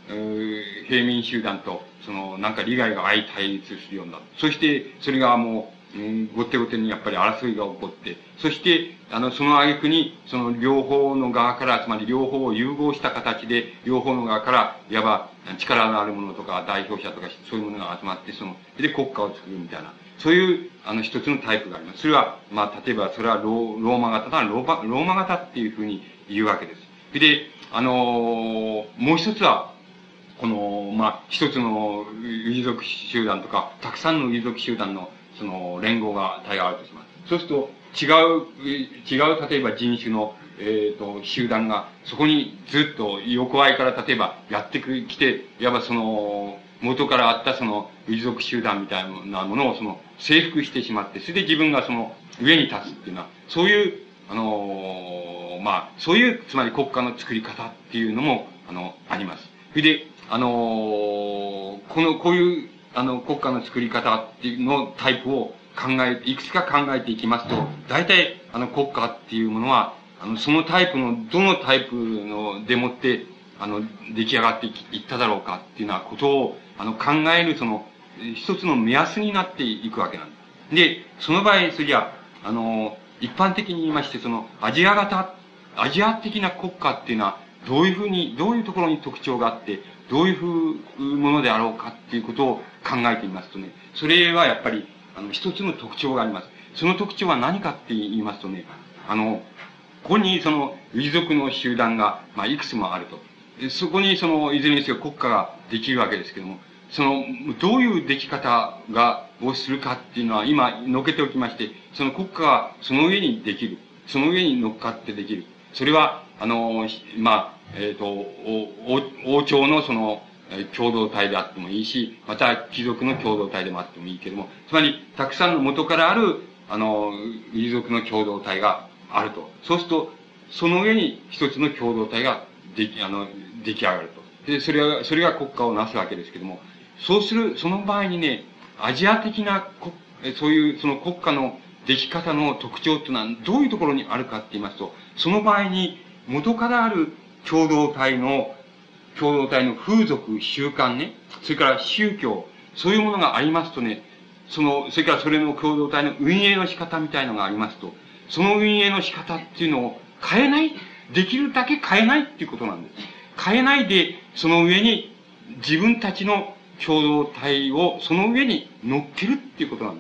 平民集団と、なんか利害が相対立するようになる。そして、それがもう、後手後手にやっぱり争いが起こって、そして、その挙句に、その両方の側から、つまり両方を融合した形で、両方の側から、いわば力のある者とか代表者とか、そういうものが集まって、で国家を作るみたいな、そういう、一つのタイプがあります。それは、まあ、例えば、それはローマ型だ、ローマ型っていうふうに言うわけです。で、もう一つは、まあ、一つの遺族集団とか、たくさんの遺族集団の、連合が対があるとします。そうすると、違う、例えば人種の、集団が、そこにずっと横合いから例えばやってきて、いわば元からあった遺族集団みたいなものを征服してしまって、それで自分が上に立つっていうのは、そういう、まあ、そういう、つまり国家の作り方っていうのも、あります。それで、こういう、国家の作り方っていうのタイプをいくつか考えていきますと、大体、国家っていうものは、そのタイプの、どのタイプのでもって、出来上がっていっただろうかっていうようなことを、考える、一つの目安になっていくわけなんです。で、その場合、そりゃ、一般的に言いまして、アジア的な国家っていうのは、どういうところに特徴があって、どういうものであろうかっていうことを考えてみますとね、それはやっぱり、一つの特徴があります。その特徴は何かって言いますとね、ここに遺族の集団が、まあ、いくつもあると。そこにいずれにせよ国家ができるわけですけども、どういうでき方をするかっていうのは、今、のけておきまして、国家がその上にできる。その上に乗っかってできる。それは、まあ、王朝の共同体であってもいいし、また貴族の共同体でもあってもいいけれども、つまり、たくさんの元からある、遺族の共同体があると。そうすると、その上に一つの共同体が出来上がると。で、それが国家をなすわけですけども、その場合にね、アジア的なそういう国家の出来方の特徴っていうのはどういうところにあるかって言いますと、その場合に元からある共同体の風俗、習慣ね、それから宗教、そういうものがありますとね、それからそれの共同体の運営の仕方みたいのがありますと、その運営の仕方っていうのを変えない、できるだけ変えないっていうことなんです。変えないで、その上に自分たちの共同体をその上に乗っけるっていうことなんです。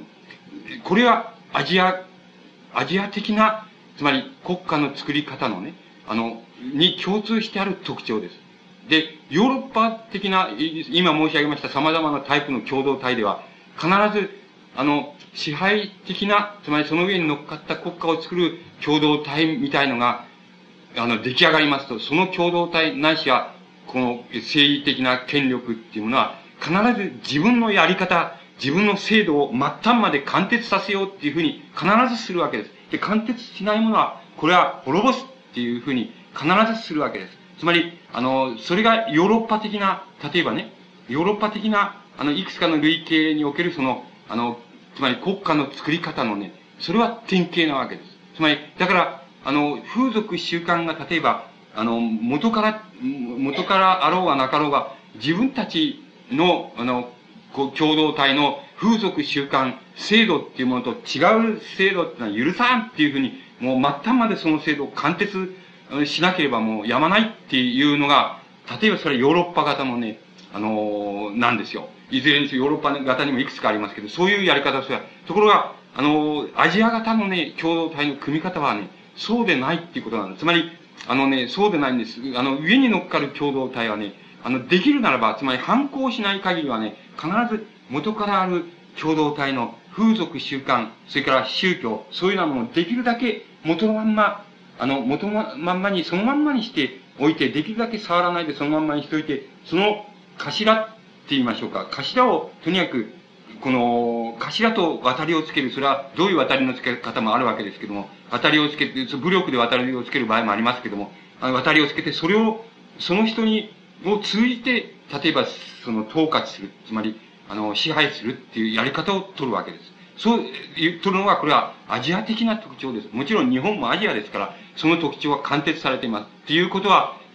これはアジア的な、つまり国家の作り方のね、に共通してある特徴です。で、ヨーロッパ的な、今申し上げました様々なタイプの共同体では、必ず、支配的な、つまりその上に乗っかった国家を作る共同体みたいのが、出来上がりますと、その共同体ないしは、この政治的な権力っていうものは、必ず自分のやり方、自分の制度を末端まで貫徹させようっていうふうに必ずするわけです。で、貫徹しないものは、これは滅ぼすっていうふうに必ずするわけです。つまり、それがヨーロッパ的な、例えばね、ヨーロッパ的な、いくつかの類型におけるつまり国家の作り方のね、それは典型なわけです。つまり、だから、風俗習慣が例えば、元からあろうがなかろうが、自分たちの、共同体の風俗習慣、制度っていうものと違う制度っていうのは許さんっていうふうに、もう末端までその制度を貫徹しなければもうやまないっていうのが、例えばそれヨーロッパ型のね、なんですよ。いずれにせよヨーロッパ型にもいくつかありますけど、そういうやり方をする。ところが、アジア型のね、共同体の組み方はね、そうでないっていうことなんです。つまり、そうでないんです。上に乗っかる共同体はね、できるならば、つまり反抗しない限りはね、必ず元からある共同体の風俗習慣、それから宗教、そういうようなものをできるだけ元のまんま、元のまんまに、そのまんまにしておいて、できるだけ触らないでそのまんまにしておいて、その頭って言いましょうか。頭を、とにかく、この、頭と渡りをつける。それは、どういう渡りのつけ方もあるわけですけども、渡りをつけて、武力で渡りをつける場合もありますけども、渡りをつけて、それを、その人を通じて、例えば、統括する。つまり、支配するっていうやり方を取るわけです。そう、取るのが、これはアジア的な特徴です。もちろん日本もアジアですから、その特徴は貫徹されています。っていうことは、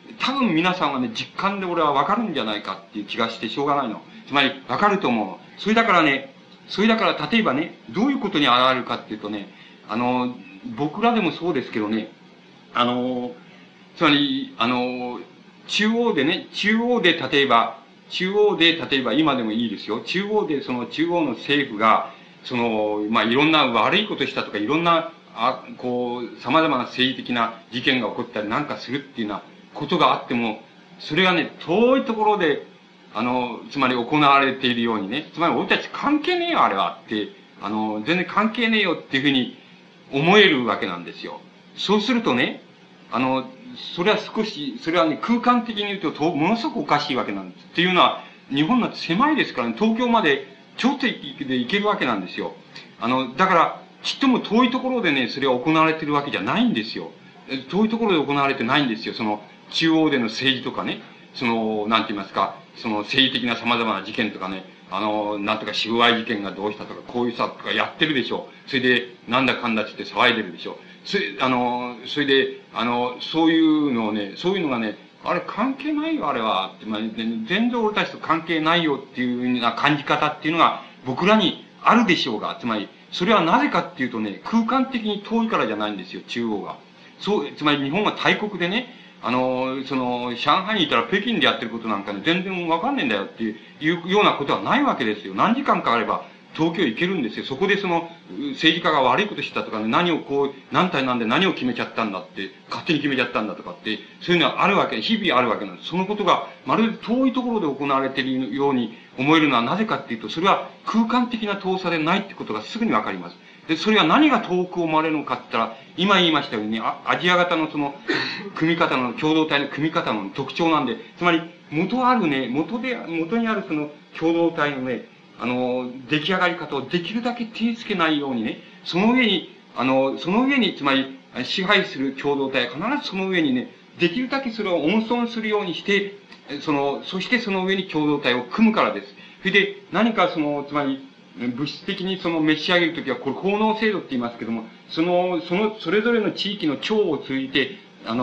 多分皆さんはね、実感で俺はわかるんじゃないかっていう気がしてしょうがないの。つまり、わかると思う。それだから例えばね、どういうことに現れるかっていうとね、僕らでもそうですけどね、つまり、中央で例えば今でもいいですよ。中央の政府が、いろんな悪いことしたとか、いろんな、様々な政治的な事件が起こったりなんかするっていうようなことがあっても、それがね、遠いところで、つまり行われているようにね、つまり俺たち関係ねえよ、あれはって、全然関係ねえよっていうふうに思えるわけなんですよ。そうするとね、それはね、空間的に言うと、ものすごくおかしいわけなんです。っていうのは、日本なんて狭いですからね、東京までちょっとで行けるわけなんですよ。だから、ちっとも遠いところでね、それは行われてるわけじゃないんですよ。遠いところで行われてないんですよ。中央での政治とかね、なんて言いますか、政治的な様々な事件とかね、なんとか収賄事件がどうしたとか、こういうさとかやってるでしょ。それで、なんだかんだって騒いでるでしょ。それで、そういうのがね、あれ関係ないよ、あれは。って、全然俺たちと関係ないよっていうような感じ方っていうのが僕らにあるでしょうが、つまり、それはなぜかっていうとね、空間的に遠いからじゃないんですよ、中央が。つまり日本は大国でね、上海にいたら北京でやってることなんかね、全然わかんねえんだよっていうようなことはないわけですよ。何時間かあれば、東京行けるんですよ。そこで政治家が悪いことしたとかね、何対何で何を決めちゃったんだって、勝手に決めちゃったんだとかって、そういうのはあるわけ、日々あるわけなんです。そのことが、まるで遠いところで行われているように思えるのはなぜかっていうと、それは空間的な遠さでないってことがすぐにわかります。で、それは何が遠く思われるのかって言ったら、今言いましたように、アジア型の組み方の、共同体の組み方の特徴なんで、つまり、元にある共同体のね、出来上がり方をできるだけ手つけないようにね、その上に、つまり、支配する共同体は必ずその上にね、できるだけそれを温存するようにして、そしてその上に共同体を組むからです。それで、何かつまり、物質的に召し上げるときは、これ、効能制度って言いますけども、それぞれの地域の長を通じて、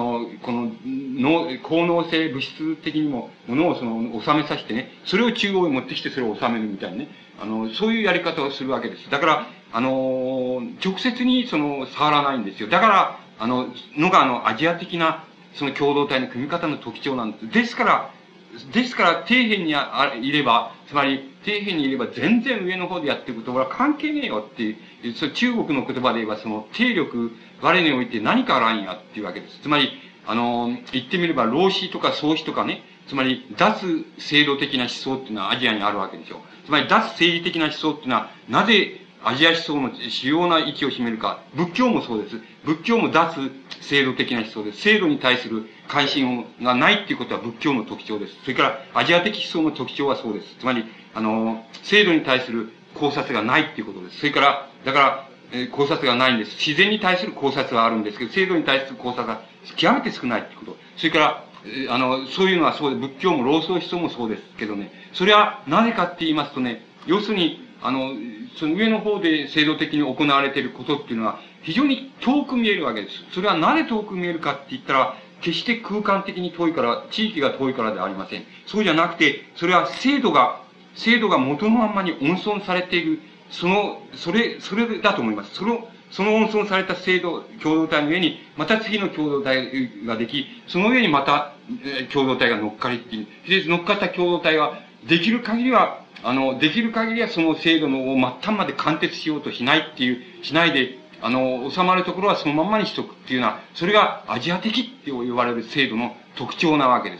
効能性、物質的にも、ものを収めさせてね、それを中央へ持ってきてそれを収めるみたいなね、そういうやり方をするわけです。だから、直接に触らないんですよ。だから、のがアジア的な、共同体の組み方の特徴なんです。ですから、底辺にいれば、つまり、底辺にいれば全然上の方でやってることは関係ねえよっていう、中国の言葉で言えば定力、我において何かあらんやっていうわけです。つまり、言ってみれば、老子とか創子とかね、つまり、脱制度的な思想っていうのはアジアにあるわけでしょ。つまり、脱政治的な思想っていうのは、なぜアジア思想の主要な位置を占めるか。仏教もそうです。仏教も脱制度的な思想です。制度に対する関心がないっていうことは仏教の特徴です。それから、アジア的思想の特徴はそうです。つまり、制度に対する考察がないっていうことです。それから、だから、考察がないんです。自然に対する考察はあるんですけど、制度に対する考察が極めて少ないっていうこと。それから、そういうのはそうで、仏教も老荘思想もそうですけどね、それはなぜかって言いますとね、要するに、その上の方で制度的に行われていることっていうのは非常に遠く見えるわけです。それはなぜ遠く見えるかって言ったら、決して空間的に遠いから、地域が遠いからではありません。そうじゃなくて、それは制度が元のまんまに温存されている、それだと思います。その温存された共同体の上に、また次の共同体ができ、その上にまた、共同体が乗っかりっていう。で、乗っかった共同体は、できる限りはその制度の末端まで貫徹しようとしないで、収まるところはそのまんまにしとくっていうのは、それがアジア的って呼ばれる制度の特徴なわけです。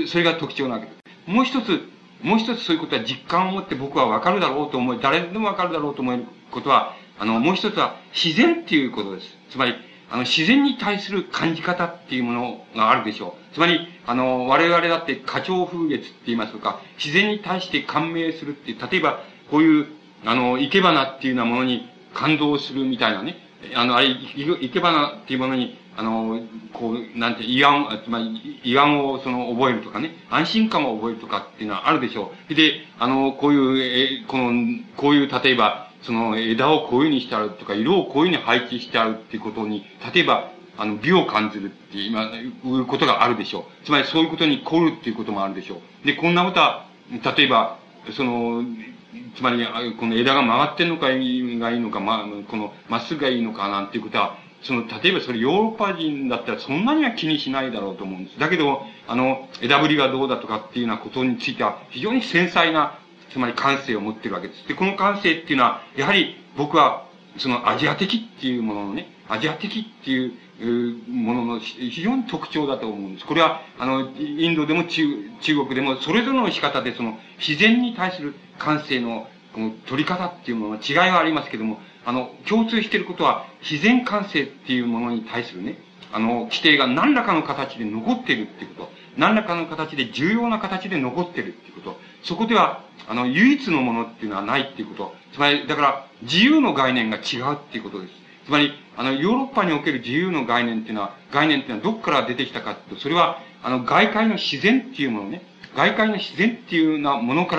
それが特徴なわけです。もう一つそういうことは実感を持って僕はわかるだろうと思い、誰でもわかるだろうと思えることは、もう一つは自然っていうことです。つまり、自然に対する感じ方っていうものがあるでしょう。つまり、我々だって花鳥風月って言いますとか、自然に対して感銘するっていう、例えば、こういう、生け花っていうようなものに感動するみたいなね、生け花っていうものに、なんて、つまり、慰安を覚えるとかね、安心感を覚えるとかっていうのはあるでしょう。で、こういう、例えば、枝をこういうふうにしてあるとか、色をこういうふうに配置してあるっていうことに、例えば、 美を感じるっていうことがあるでしょう。つまりそういうことに凝るっていうこともあるでしょう。で、こんなことは、例えば、つまり、この枝が曲がってんのかがいいのか、この、まっすぐがいいのかなんていうことは、例えばそれヨーロッパ人だったらそんなには気にしないだろうと思うんです。だけど、枝ぶりがどうだとかっていうようなことについては、非常に繊細な、つまり感性を持ってるわけです。で、この感性っていうのは、やはり僕は、アジア的っていうもののね、アジア的っていうものの非常に特徴だと思うんです。これは、インドでも中国でも、それぞれの仕方で自然に対する感性の、この取り方っていうものの違いはありますけども、共通していることは、自然感性っていうものに対するね、規定が何らかの形で残っているっていうこと、何らかの形で重要な形で残っているっていうこと、そこでは、唯一のものっていうのはないっていうこと、つまり、だから、自由の概念が違うっていうことです。つまり、ヨーロッパにおける自由の概念っていうのはどこから出てきたかっていうと、それは、外界の自然っていうものね、外界の自然っていうようなものから、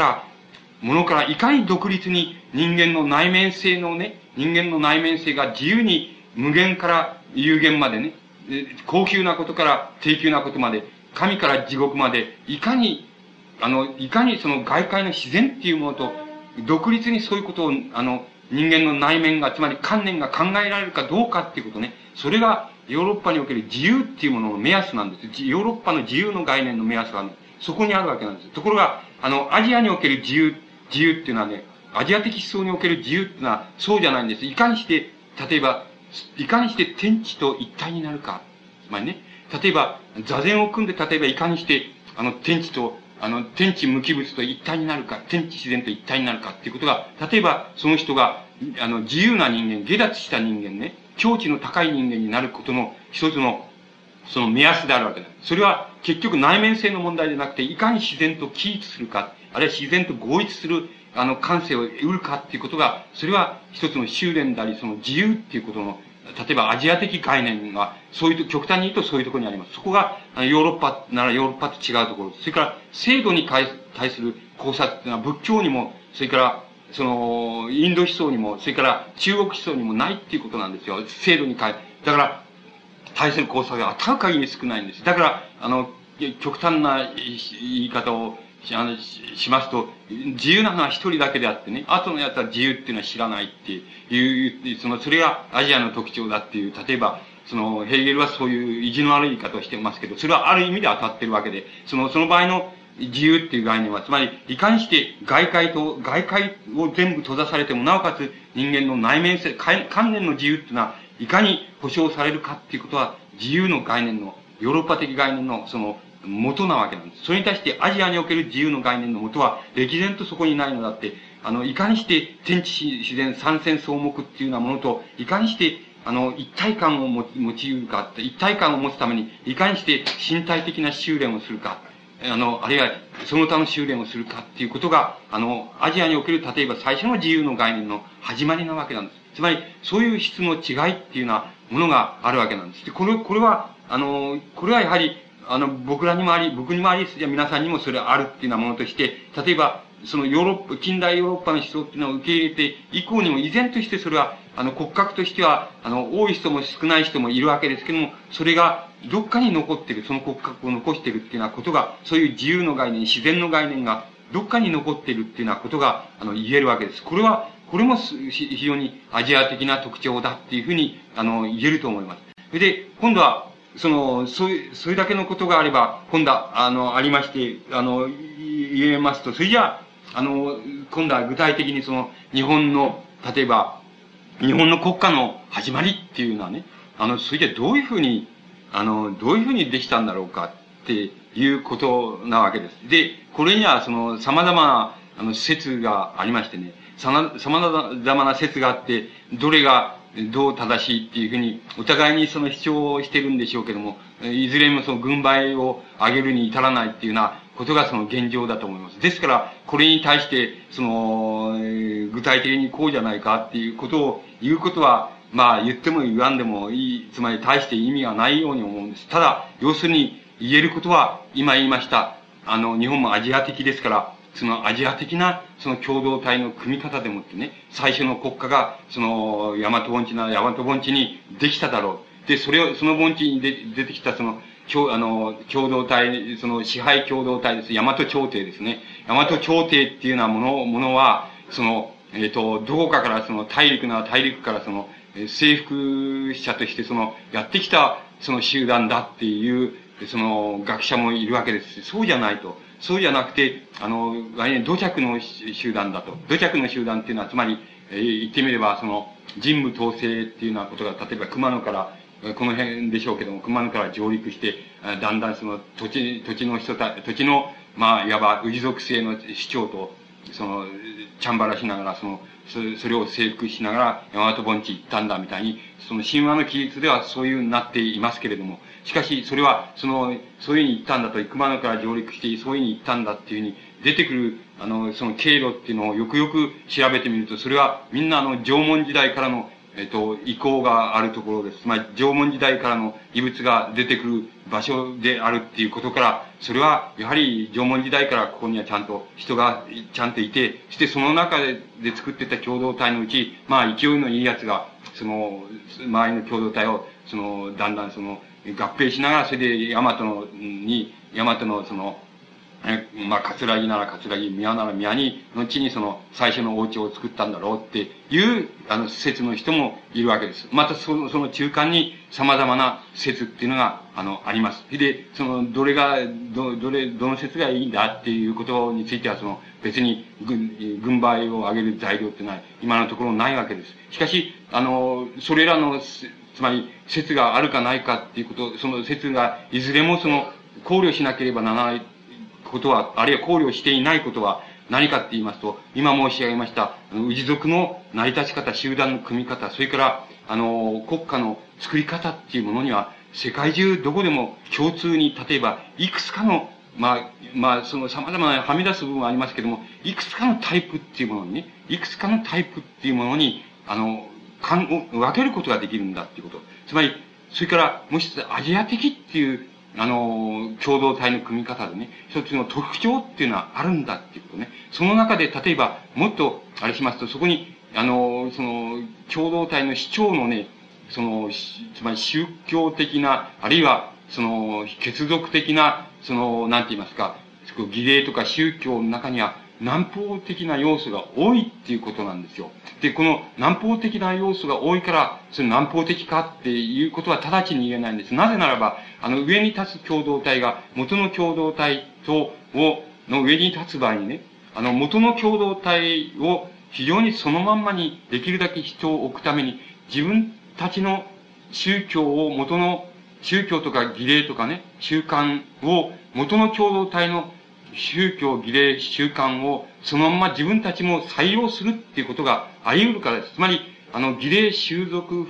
いかに独立に人間の内面性が自由に無限から有限までね、高級なことから低級なことまで、神から地獄まで、いかにその外界の自然っていうものと、独立にそういうことを、人間の内面が、つまり観念が考えられるかどうかっていうことね。それがヨーロッパにおける自由っていうものの目安なんです。ヨーロッパの自由の概念の目安はね、そこにあるわけなんです。ところが、アジアにおける自由っていうのはね、アジア的思想における自由っていうのはそうじゃないんです。いかにして、例えば、いかにして天地と一体になるか。つまりね、例えば、座禅を組んで、例えばいかにして、天地無機物と一体になるか、天地自然と一体になるかっていうことが、例えば、その人が、自由な人間、下脱した人間ね、境地の高い人間になることの一つの、その目安であるわけだ。それは、結局内面性の問題でなくて、いかに自然と起一するか、あるいは自然と合一する、感性を得るかっていうことが、それは一つの修練であり、その自由っていうことの、例えばアジア的概念が、そういう、極端に言うとそういうところにあります。そこが、ヨーロッパならヨーロッパと違うところ。それから、制度に対する考察っていうのは仏教にも、それから、インド思想にも、それから中国思想にもないっていうことなんですよ。制度にだから、対する考察が当たる限り少ないんです。だから、極端な言い方をしますと、自由なのは一人だけであってね、後のやつは自由っていうのは知らないっていう、それがアジアの特徴だっていう、例えば、ヘーゲルはそういう意地の悪い言い方をしてますけど、それはある意味で当たってるわけで、その場合の自由っていう概念は、つまり、いかにして外界を全部閉ざされても、なおかつ人間の内面性、観念の自由っていうのは、いかに保障されるかっていうことは、自由の概念の、ヨーロッパ的概念の、元なわけなんです。それに対してアジアにおける自由の概念の元は、歴然とそこにないのだって、いかにして天地自然三千草木っていうようなものと、いかにして、一体感を持ち得るかって、一体感を持つために、いかにして身体的な修練をするか、あるいはその他の修練をするかっていうことが、アジアにおける、例えば最初の自由の概念の始まりなわけなんです。つまり、そういう質の違いっていうようなものがあるわけなんです。で、これはやはり、僕にもあり、皆さんにもそれはあるっていうようなものとして、例えば、近代ヨーロッパの思想っていうのを受け入れて以降にも依然としてそれは、骨格としては、多い人も少ない人もいるわけですけども、それがどっかに残っている、その骨格を残しているっていうようなことが、そういう自由の概念、自然の概念がどっかに残っているっていうようなことが、言えるわけです。これも非常にアジア的な特徴だっていうふうに、言えると思います。で、今度は、それだけのことがあれば、今度は、ありまして、言えますと、それじゃあ、今度は具体的に日本の、例えば、日本の国家の始まりっていうのはね、それじゃどういうふうにできたんだろうかっていうことなわけです。で、これには様々な、説がありましてね、様々な説があって、どれがどう正しいっていうふうに、お互いに主張してるんでしょうけども、いずれも軍配を上げるに至らないっていうようなことが現状だと思います。ですから、これに対して、具体的にこうじゃないかっていうことを言うことは、まあ言っても言わんでもいい、つまり大して意味がないように思うんです。ただ、要するに言えることは、今言いました、日本もアジア的ですから、アジア的な、共同体の組み方でもってね、最初の国家が、大和盆地なら大和盆地にできただろう。 で、その盆地に出てきた共同体、その支配共同体です。大和朝廷ですね。大和朝廷っていうようなものは、どこかから大陸から征服者としてやってきた集団だっていう、学者もいるわけですし、そうじゃないと。そうじゃなくて、土着の集団だと。土着の集団っていうのは、つまり、言ってみれば、人無統制っていうようなことが、例えば熊野から、この辺でしょうけども、熊野から上陸して、だんだん土地の、まあ、いわば、氏属性の主張と、チャンバラしながら、それを征服しながら、大和盆地行ったんだみたいに、神話の記述ではそういうなっていますけれども、しかし、それは、そういうふうに行ったんだと、熊野から上陸して、そういうふうに行ったんだっていうふうに出てくる、経路っていうのをよくよく調べてみると、それはみんな縄文時代からの、遺構があるところです。つまり、縄文時代からの遺物が出てくる場所であるっていうことから、それは、やはり縄文時代からここにはちゃんと人がちゃんといて、そしてその中で作ってた共同体のうち、まあ、勢いのいいやつが、周りの共同体を、だんだん合併しながら、それで大和のまあ、葛城なら葛城、宮なら宮に、後に最初の王朝を作ったんだろうっていう、説の人もいるわけです。また、その中間に様々な説っていうのが、あります。で、どの説がいいんだっていうことについては、別に軍配を上げる材料っていうのは、今のところないわけです。しかし、それらの、つまり、説があるかないかっていうこと、その説が、いずれも考慮しなければならないことは、あるいは考慮していないことは何かって言いますと、今申し上げました、氏族の成り立ち方、集団の組み方、それから、国家の作り方っていうものには、世界中どこでも共通に、例えば、いくつかの、様々なはみ出す部分はありますけども、いくつかのタイプっていうものにね、いくつかのタイプっていうものに、分けることができるんだっていうこと。つまり、それから、もう一つ、アジア的っていう、共同体の組み方でね、一つの特徴っていうのはあるんだっていうことね。その中で、例えば、もっと、あれしますと、そこに、共同体の主張のね、つまり宗教的な、あるいは、血族的な、なんて言いますか、儀礼とか宗教の中には、南方的な要素が多いっていうことなんですよ。で、この南方的な要素が多いから、南方的かっていうことは直ちに言えないんです。なぜならば、上に立つ共同体が元の共同体の上に立つ場合にね、元の共同体を非常にそのまんまにできるだけ人を置くために、自分たちの宗教とか儀礼とかね、習慣を元の共同体の宗教、儀礼、習慣をそのまま自分たちも採用するっていうことがあり得るからです。つまり、儀礼、宗族、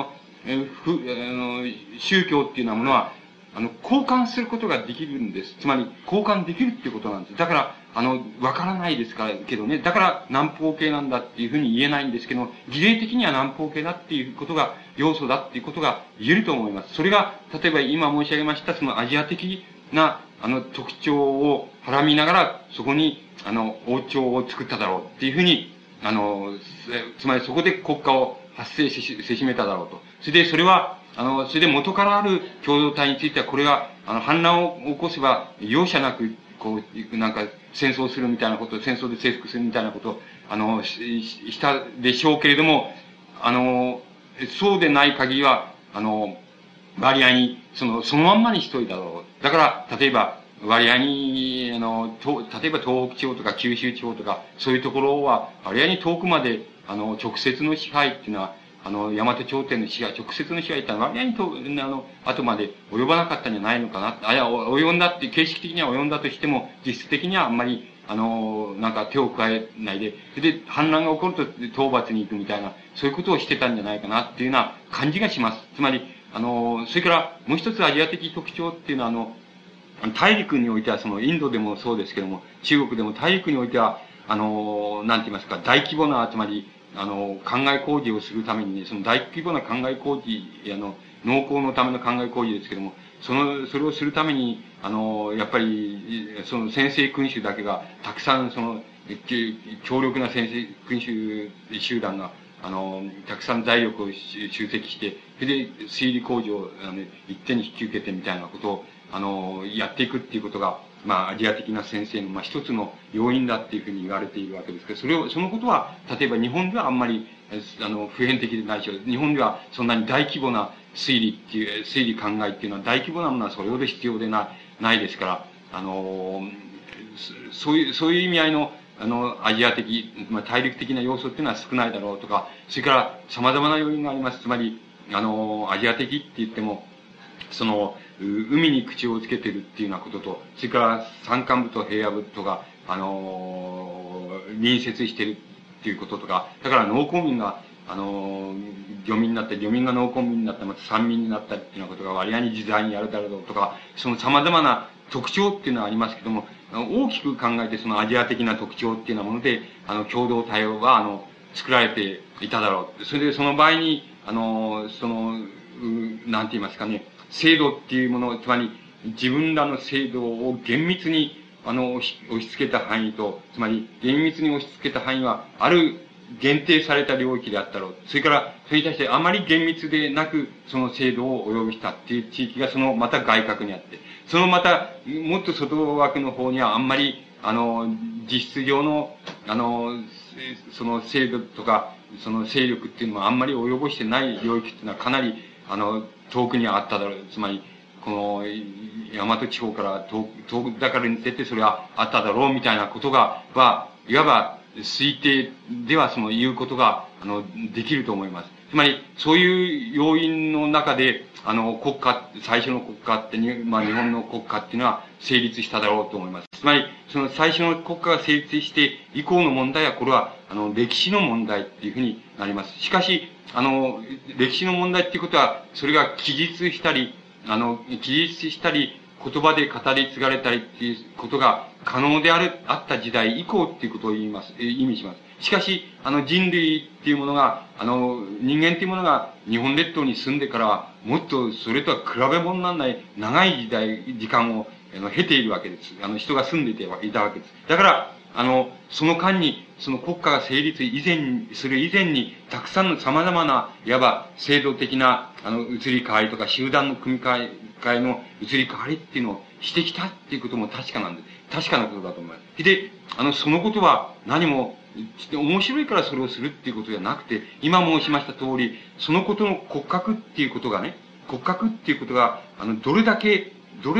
宗教っていうようなものは、交換することができるんです。つまり、交換できるっていうことなんです。だから、わからないですから、けどね、だから南方系なんだっていうふうに言えないんですけど、儀礼的には南方系だっていうことが、要素だっていうことが言えると思います。それが、例えば今申し上げました、アジア的な、特徴をはらみながら、そこに、王朝を作っただろうっていうふうに、つまりそこで国家を発生せしめただろうと。それで元からある共同体については、これが、反乱を起こせば、容赦なく、戦争するみたいなこと、戦争で征服するみたいなことを、したでしょうけれども、そうでない限りは、割合に、そのまんまにしといただろう。だから、例えば、割合に、例えば東北地方とか九州地方とか、そういうところは、割合に遠くまで、直接の支配っていうのは、大和朝廷の支配、直接の支配ってのは割合に後まで及ばなかったんじゃないのかな。及んだって、形式的には及んだとしても、実質的にはあんまり、手を加えないで、で、反乱が起こると討伐に行くみたいな、そういうことをしてたんじゃないかなっていうような感じがします。つまり、それから、もう一つアジア的特徴っていうのは、大陸においては、インドでもそうですけども、中国でも大陸においては、なんて言いますか、大規模な、つまり、灌漑工事をするためにね、その大規模な灌漑工事、農耕のための灌漑工事ですけども、それをするために、やっぱり、先制君主だけが、たくさん、強力な先制君主集団がたくさん財力を集積して、それで推理工事を、一手に引き受けてみたいなことを、やっていくっていうことが、まあ、アジア的な先生の、まあ、一つの要因だっていうふうに言われているわけですけど、そのことは、例えば日本ではあんまり、普遍的でないし、日本ではそんなに大規模な推理考えっていうのは、大規模なものはそれほど必要でないですから、そういう意味合いの、アジア的、まあ、大陸的な要素っていうのは少ないだろうとか、それから様々な要因があります。つまり、アジア的って言っても、海に口をつけてるっていうようなことと、それから山間部と平野部とか、隣接してるっていうこととか、だから農耕民が、漁民になったり、漁民が農耕民になったり、また山民になったりっていうようなことが割合に自在にやるだろうとか、その様々な特徴っていうのはありますけども、大きく考えてそのアジア的な特徴っていうようなもので、共同体は、作られていただろう。それでその場合に、なんて言いますかね、制度っていうもの、つまり自分らの制度を厳密に、押し付けた範囲と、つまり厳密に押し付けた範囲は、ある限定された領域であったろう。それから、それに対してあまり厳密でなく、その制度を及ぼしたっていう地域が、また外角にあって、また、もっと外枠の方にはあんまり、実質上の、その制度とか、その勢力っていうのはあんまり及ぼしてない領域っていうのはかなり、遠くにあっただろう。つまり、この、大和地方から遠くだからに出てそれはあっただろうみたいなことが、いわば推定では言うことが、できると思います。つまり、そういう要因の中で、最初の国家って、まあ日本の国家っていうのは成立しただろうと思います。つまり、その最初の国家が成立して以降の問題は、これは、歴史の問題っていうふうになります。しかし、歴史の問題っていうことは、それが記述したり、言葉で語り継がれたりっていうことが可能であった時代以降っていうことを意味します。しかし、人類っていうものが、人間っていうものが日本列島に住んでからは、もっとそれとは比べ物にならない長い時間を経ているわけです。人が住んでいたわけです。だから、その間に、その国家が成立する以前に、たくさんの様々な、いわば制度的な、移り変わりとか、集団の組み替えの移り変わりっていうのをしてきたっていうことも確かなんです。確かなことだと思います。で、そのことは何も、面白いからそれをするっていうことじゃなくて、今申しました通り、そのことの骨格っていうことがね、骨格っていうことが、どれだけ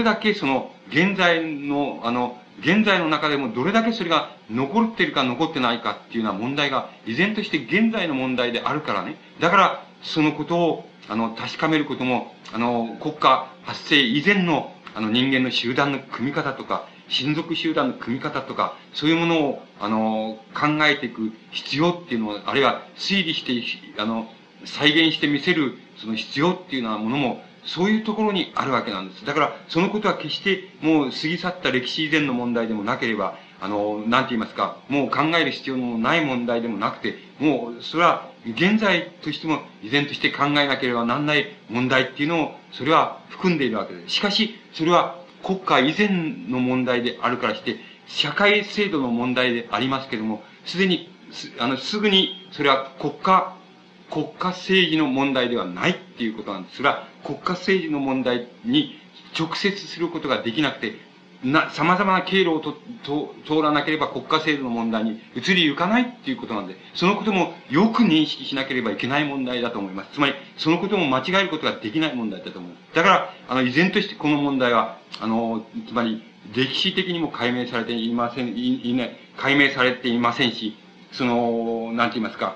現在の中でもどれだけそれが残ってるか残ってないかっていうような問題が依然として現在の問題であるからね。だから、そのことを、確かめることも、国家発生以前の、人間の集団の組み方とか、親族集団の組み方とか、そういうものを、考えていく必要っていうのを、あるいは推理して、再現してみせる、その必要っていうようなものも、そういうところにあるわけなんです。だから、そのことは決してもう過ぎ去った歴史以前の問題でもなければ、なんて言いますか、もう考える必要のない問題でもなくて、もう、それは、現在としても、依然として考えなければならない問題っていうのを、それは含んでいるわけです。しかし、それは国家以前の問題であるからして、社会制度の問題でありますけれども、すぐに、それは国家政治の問題ではないっていうことなんです。それは国家政治の問題に直接することができなくて、様々な経路を通らなければ国家制度の問題に移りゆかないっていうことなんで、そのこともよく認識しなければいけない問題だと思います。つまり、そのことも間違えることができない問題だと思う。だから、依然としてこの問題は、つまり、歴史的にも解明されていませんし、なんて言いますか、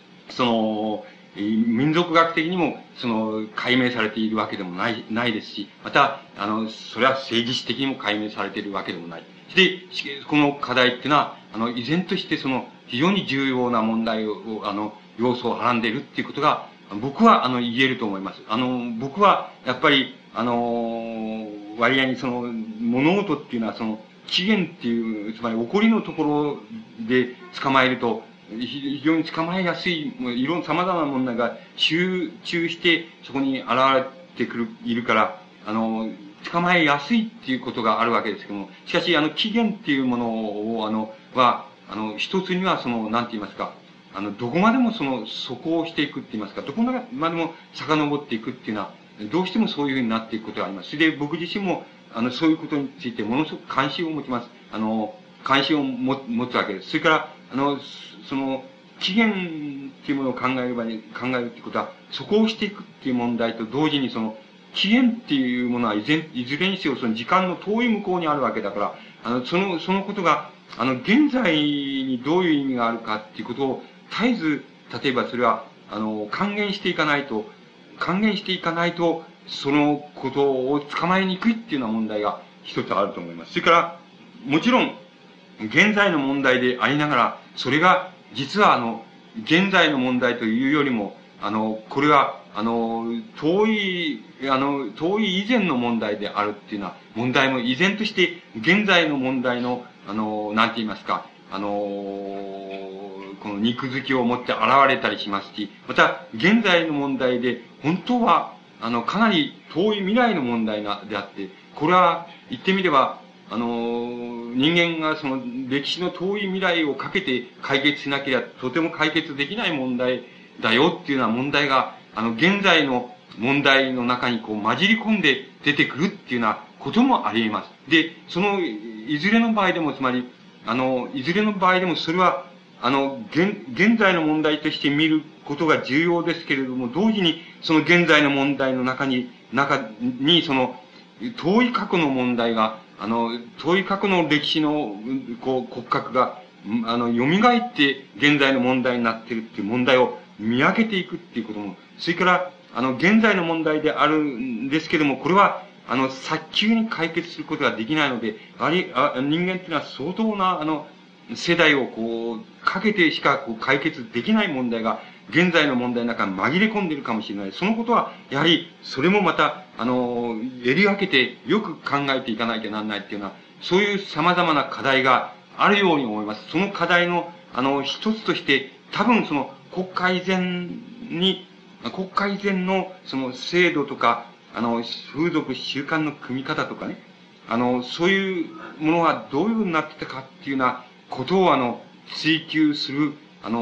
民族学的にも、解明されているわけでもないですし、また、それは政治史的にも解明されているわけでもない。で、この課題っていうのは、依然として非常に重要な問題を、要素をはらんでいるっていうことが、僕は、言えると思います。僕は、やっぱり、割合に物事っていうのは、起源っていう、つまり起こりのところで捕まえると、非常に捕まえやすい、様々な問題が集中して、そこに現れているから、捕まえやすいっていうことがあるわけですけども、しかし、起源っていうものを、一つにはなんて言いますか、 どこまでも素行していくって言いますか、どこまでも遡っていくっていうのは、どうしてもそういうふうになっていくことがあります。それで僕自身も、そういうことについてものすごく関心を持ちます。関心を持つわけです。それから、起源っていうものを考えるっていうことは、そこをしていくっていう問題と同時に、起源っていうものはいずれにせよ、時間の遠い向こうにあるわけだから、そのことが、現在にどういう意味があるかっていうことを、絶えず、例えばそれは、還元していかないと、そのことを捕まえにくいっていうような問題が一つあると思います。それから、もちろん、現在の問題でありながら、それが、実は現在の問題というよりも、これは、遠い以前の問題であるっていうのは、問題も依然として、現在の問題の、なんて言いますか、この肉付きを持って現れたりしますし、また、現在の問題で、本当は、かなり遠い未来の問題であって、これは、言ってみれば、人間が歴史の遠い未来をかけて解決しなければとても解決できない問題だよっていうような問題が、現在の問題の中に混じり込んで出てくるっていうようなこともあり得ます。で、いずれの場合でも、つまり、いずれの場合でもそれは、現在の問題として見ることが重要ですけれども、同時に現在の問題の中に遠い過去の問題が、遠い過去の歴史の、骨格が、蘇って現在の問題になっているっていう問題を見分けていくっていうことも、それから、現在の問題であるんですけども、これは、早急に解決することができないので、人間っていうのは相当な、世代をかけてしか解決できない問題が、現在の問題の中に紛れ込んでいるかもしれない。そのことは、やはり、それもまた、襟分けてよく考えていかなきゃなんないっていうのは、そういう様々な課題があるように思います。その課題の、一つとして、多分国家以前の、制度とか、風俗習慣の組み方とかね、そういうものがどういうふうになってたかっていうようなことを、追求する、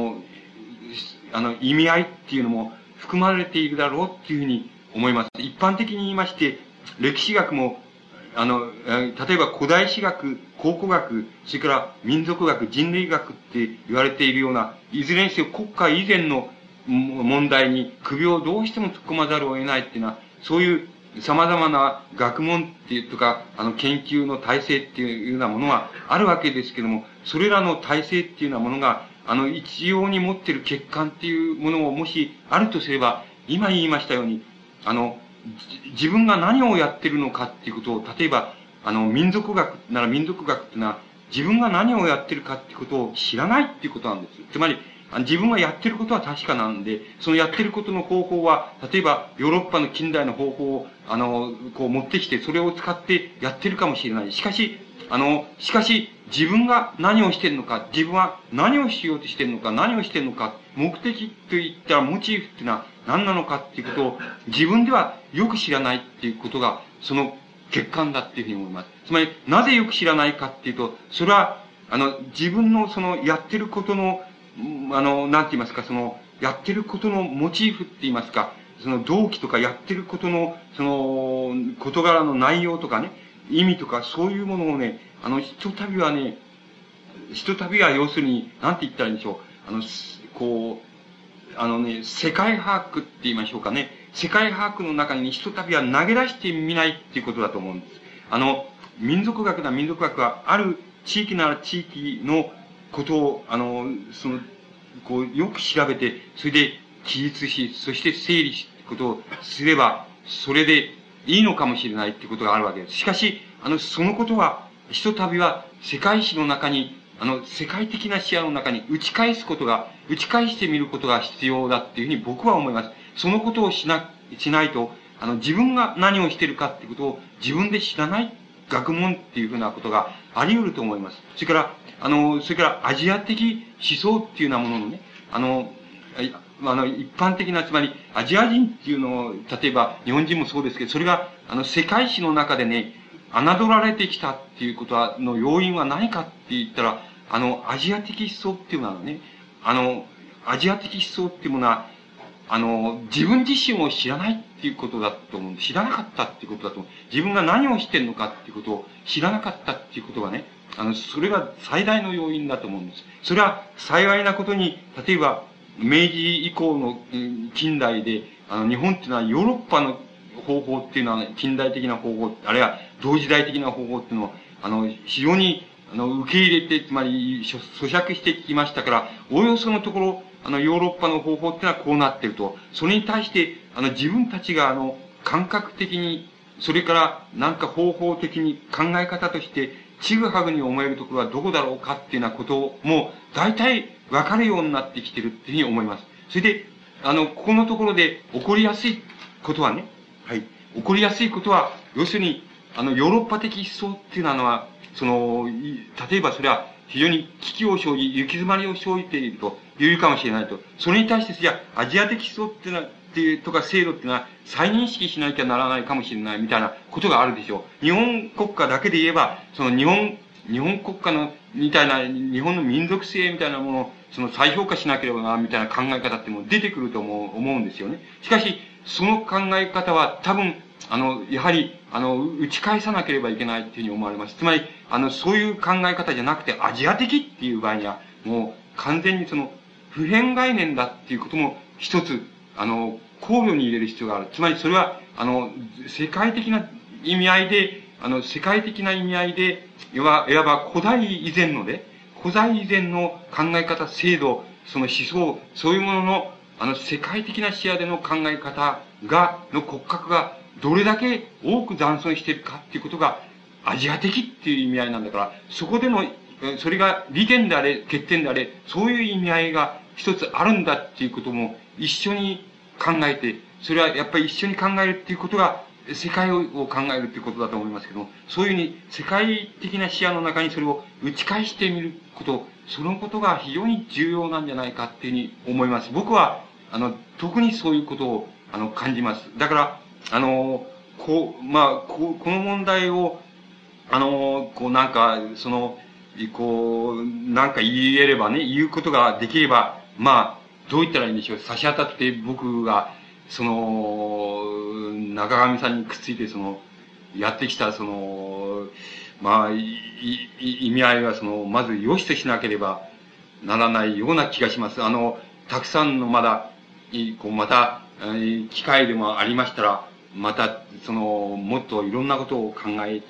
意味合いっていうのも含まれているだろうっていうふうに思います。一般的に言いまして、歴史学も、例えば古代史学、考古学、それから民族学、人類学って言われているような、いずれにせよ国家以前の問題に首をどうしても突っ込まざるを得ないっていうのは、そういう様々な学問っていうとか、研究の体制っていうようなものがあるわけですけども、それらの体制っていうようなものが、一様に持っている欠陥っていうものをもしあるとすれば、今言いましたように、自分が何をやってるのかっていうことを、例えば、民族学なら民族学っていうのは、自分が何をやってるかっていうことを知らないっていうことなんです。つまり、自分がやってることは確かなんで、そのやってることの方法は、例えばヨーロッパの近代の方法を、持ってきて、それを使ってやってるかもしれない。しかし、自分が何をしてるのか、自分は何をしようとしてるのか、何をしてるのか、目的といったらモチーフっていうのは何なのかっていうことを自分ではよく知らないっていうことが、その欠陥だっていうふうに思います。つまり、なぜよく知らないかっていうと、それは、自分のやってることの、なんて言いますか、やってることのモチーフって言いますか、動機とかやってることの、事柄の内容とかね、意味とかそういうものをね、ひとたびは要するに、なんて言ったらいいんでしょう。世界把握って言いましょうかね。世界把握の中にひとたびは投げ出してみないっていうことだと思うんです。民族学は、ある地域なら地域のことを、よく調べて、それで記述し、そして整理することをすれば、それでいいのかもしれないっていうことがあるわけです。しかし、そのことは、ひとたびは世界史の中に、世界的な視野の中に打ち返してみることが必要だっていうふうに僕は思います。そのことをしないと、自分が何をしているかっていうことを自分で知らない学問っていうふうなことがあり得ると思います。それからアジア的思想っていうようなもののね、一般的な、つまり、アジア人っていうのを、例えば、日本人もそうですけど、それが、世界史の中でね、侮られてきたっていうことの要因は何かって言ったら、アジア的思想っていうのはね、 アジア的思想っていうものは、自分自身を知らないっていうことだと思う。知らなかったっていうことだと思う。自分が何をしてんのかっていうことを知らなかったっていうことがね、それが最大の要因だと思うんです。それは幸いなことに、例えば、明治以降の近代で、日本っていうのはヨーロッパの方法っていうのは、近代的な方法、あるいは同時代的な方法っていうのを、非常に、受け入れて、つまり、咀嚼してきましたから、おおよそのところ、ヨーロッパの方法っていうのはこうなってると。それに対して、自分たちが、感覚的に、それから、なんか方法的に考え方として、ちぐはぐに思えるところはどこだろうかっていうようなことも、大体わかるようになってきてるっていうふうに思います。それで、ここのところで起こりやすいことはね、はい。起こりやすいことは、要するに、ヨーロッパ的思想っていうのは、例えばそれは非常に危機を生じ、行き詰まりを生じているというかもしれないと。それに対して、じゃあ、アジア的思想っていうのは、とか制度っていうのは再認識しなきゃならないかもしれないみたいなことがあるでしょう。日本国家だけで言えば、日本国家の、みたいな、日本の民族性みたいなものを、再評価しなければな、みたいな考え方っても出てくると思うんですよね。しかし、その考え方は多分、やはり、打ち返さなければいけないっていうふうに思われます。つまり、そういう考え方じゃなくて、アジア的っていう場合には、もう完全に普遍概念だっていうことも一つ、考慮に入れる必要がある。つまりそれは、世界的な意味合いで、いわば古代以前の考え方、制度、その思想、そういうものの、世界的な視野での考え方の骨格がどれだけ多く残存しているかっていうことが、アジア的っていう意味合いなんだから、そこでの、それが利点であれ、欠点であれ、そういう意味合いが一つあるんだっていうことも一緒に考えて、それはやっぱり一緒に考えるっていうことが、世界を考えるっていうことだと思いますけども、そういうふうに世界的な視野の中にそれを打ち返してみること、そのことが非常に重要なんじゃないかっていうふうに思います。僕は、特にそういうことを、感じます。だから、この問題を、なんか言えればね、言うことができれば、どう言ったらいいんでしょう。差し当たって僕が、中上さんにくっついて、やってきた、意味合いは、まず良しとしなければならないような気がします。たくさんのまた、機会でもありましたら、また、もっといろんなことを考え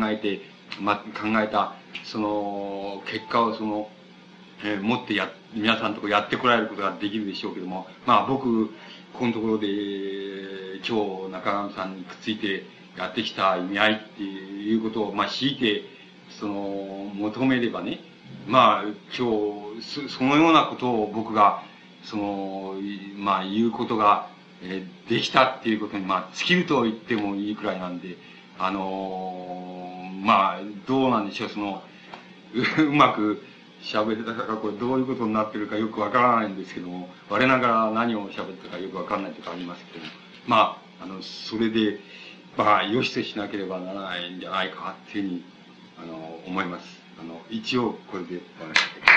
た、結果をもって皆さんのところやってこられることができるでしょうけども、僕、このところで、今日中上さんにくっついてやってきた意味合いっていうことを、強いて、求めればね、今日、そのようなことを僕が、言うことが、できたっていうことに、尽きると言ってもいいくらいなんで、どうなんでしょう、うまく喋れたか、これどういうことになってるかよくわからないんですけども、我ながら何を喋ったかよくわからないとかありますけども、それで、良しとしなければならないんじゃないかっていうふうに、思います。一応、これで終わります。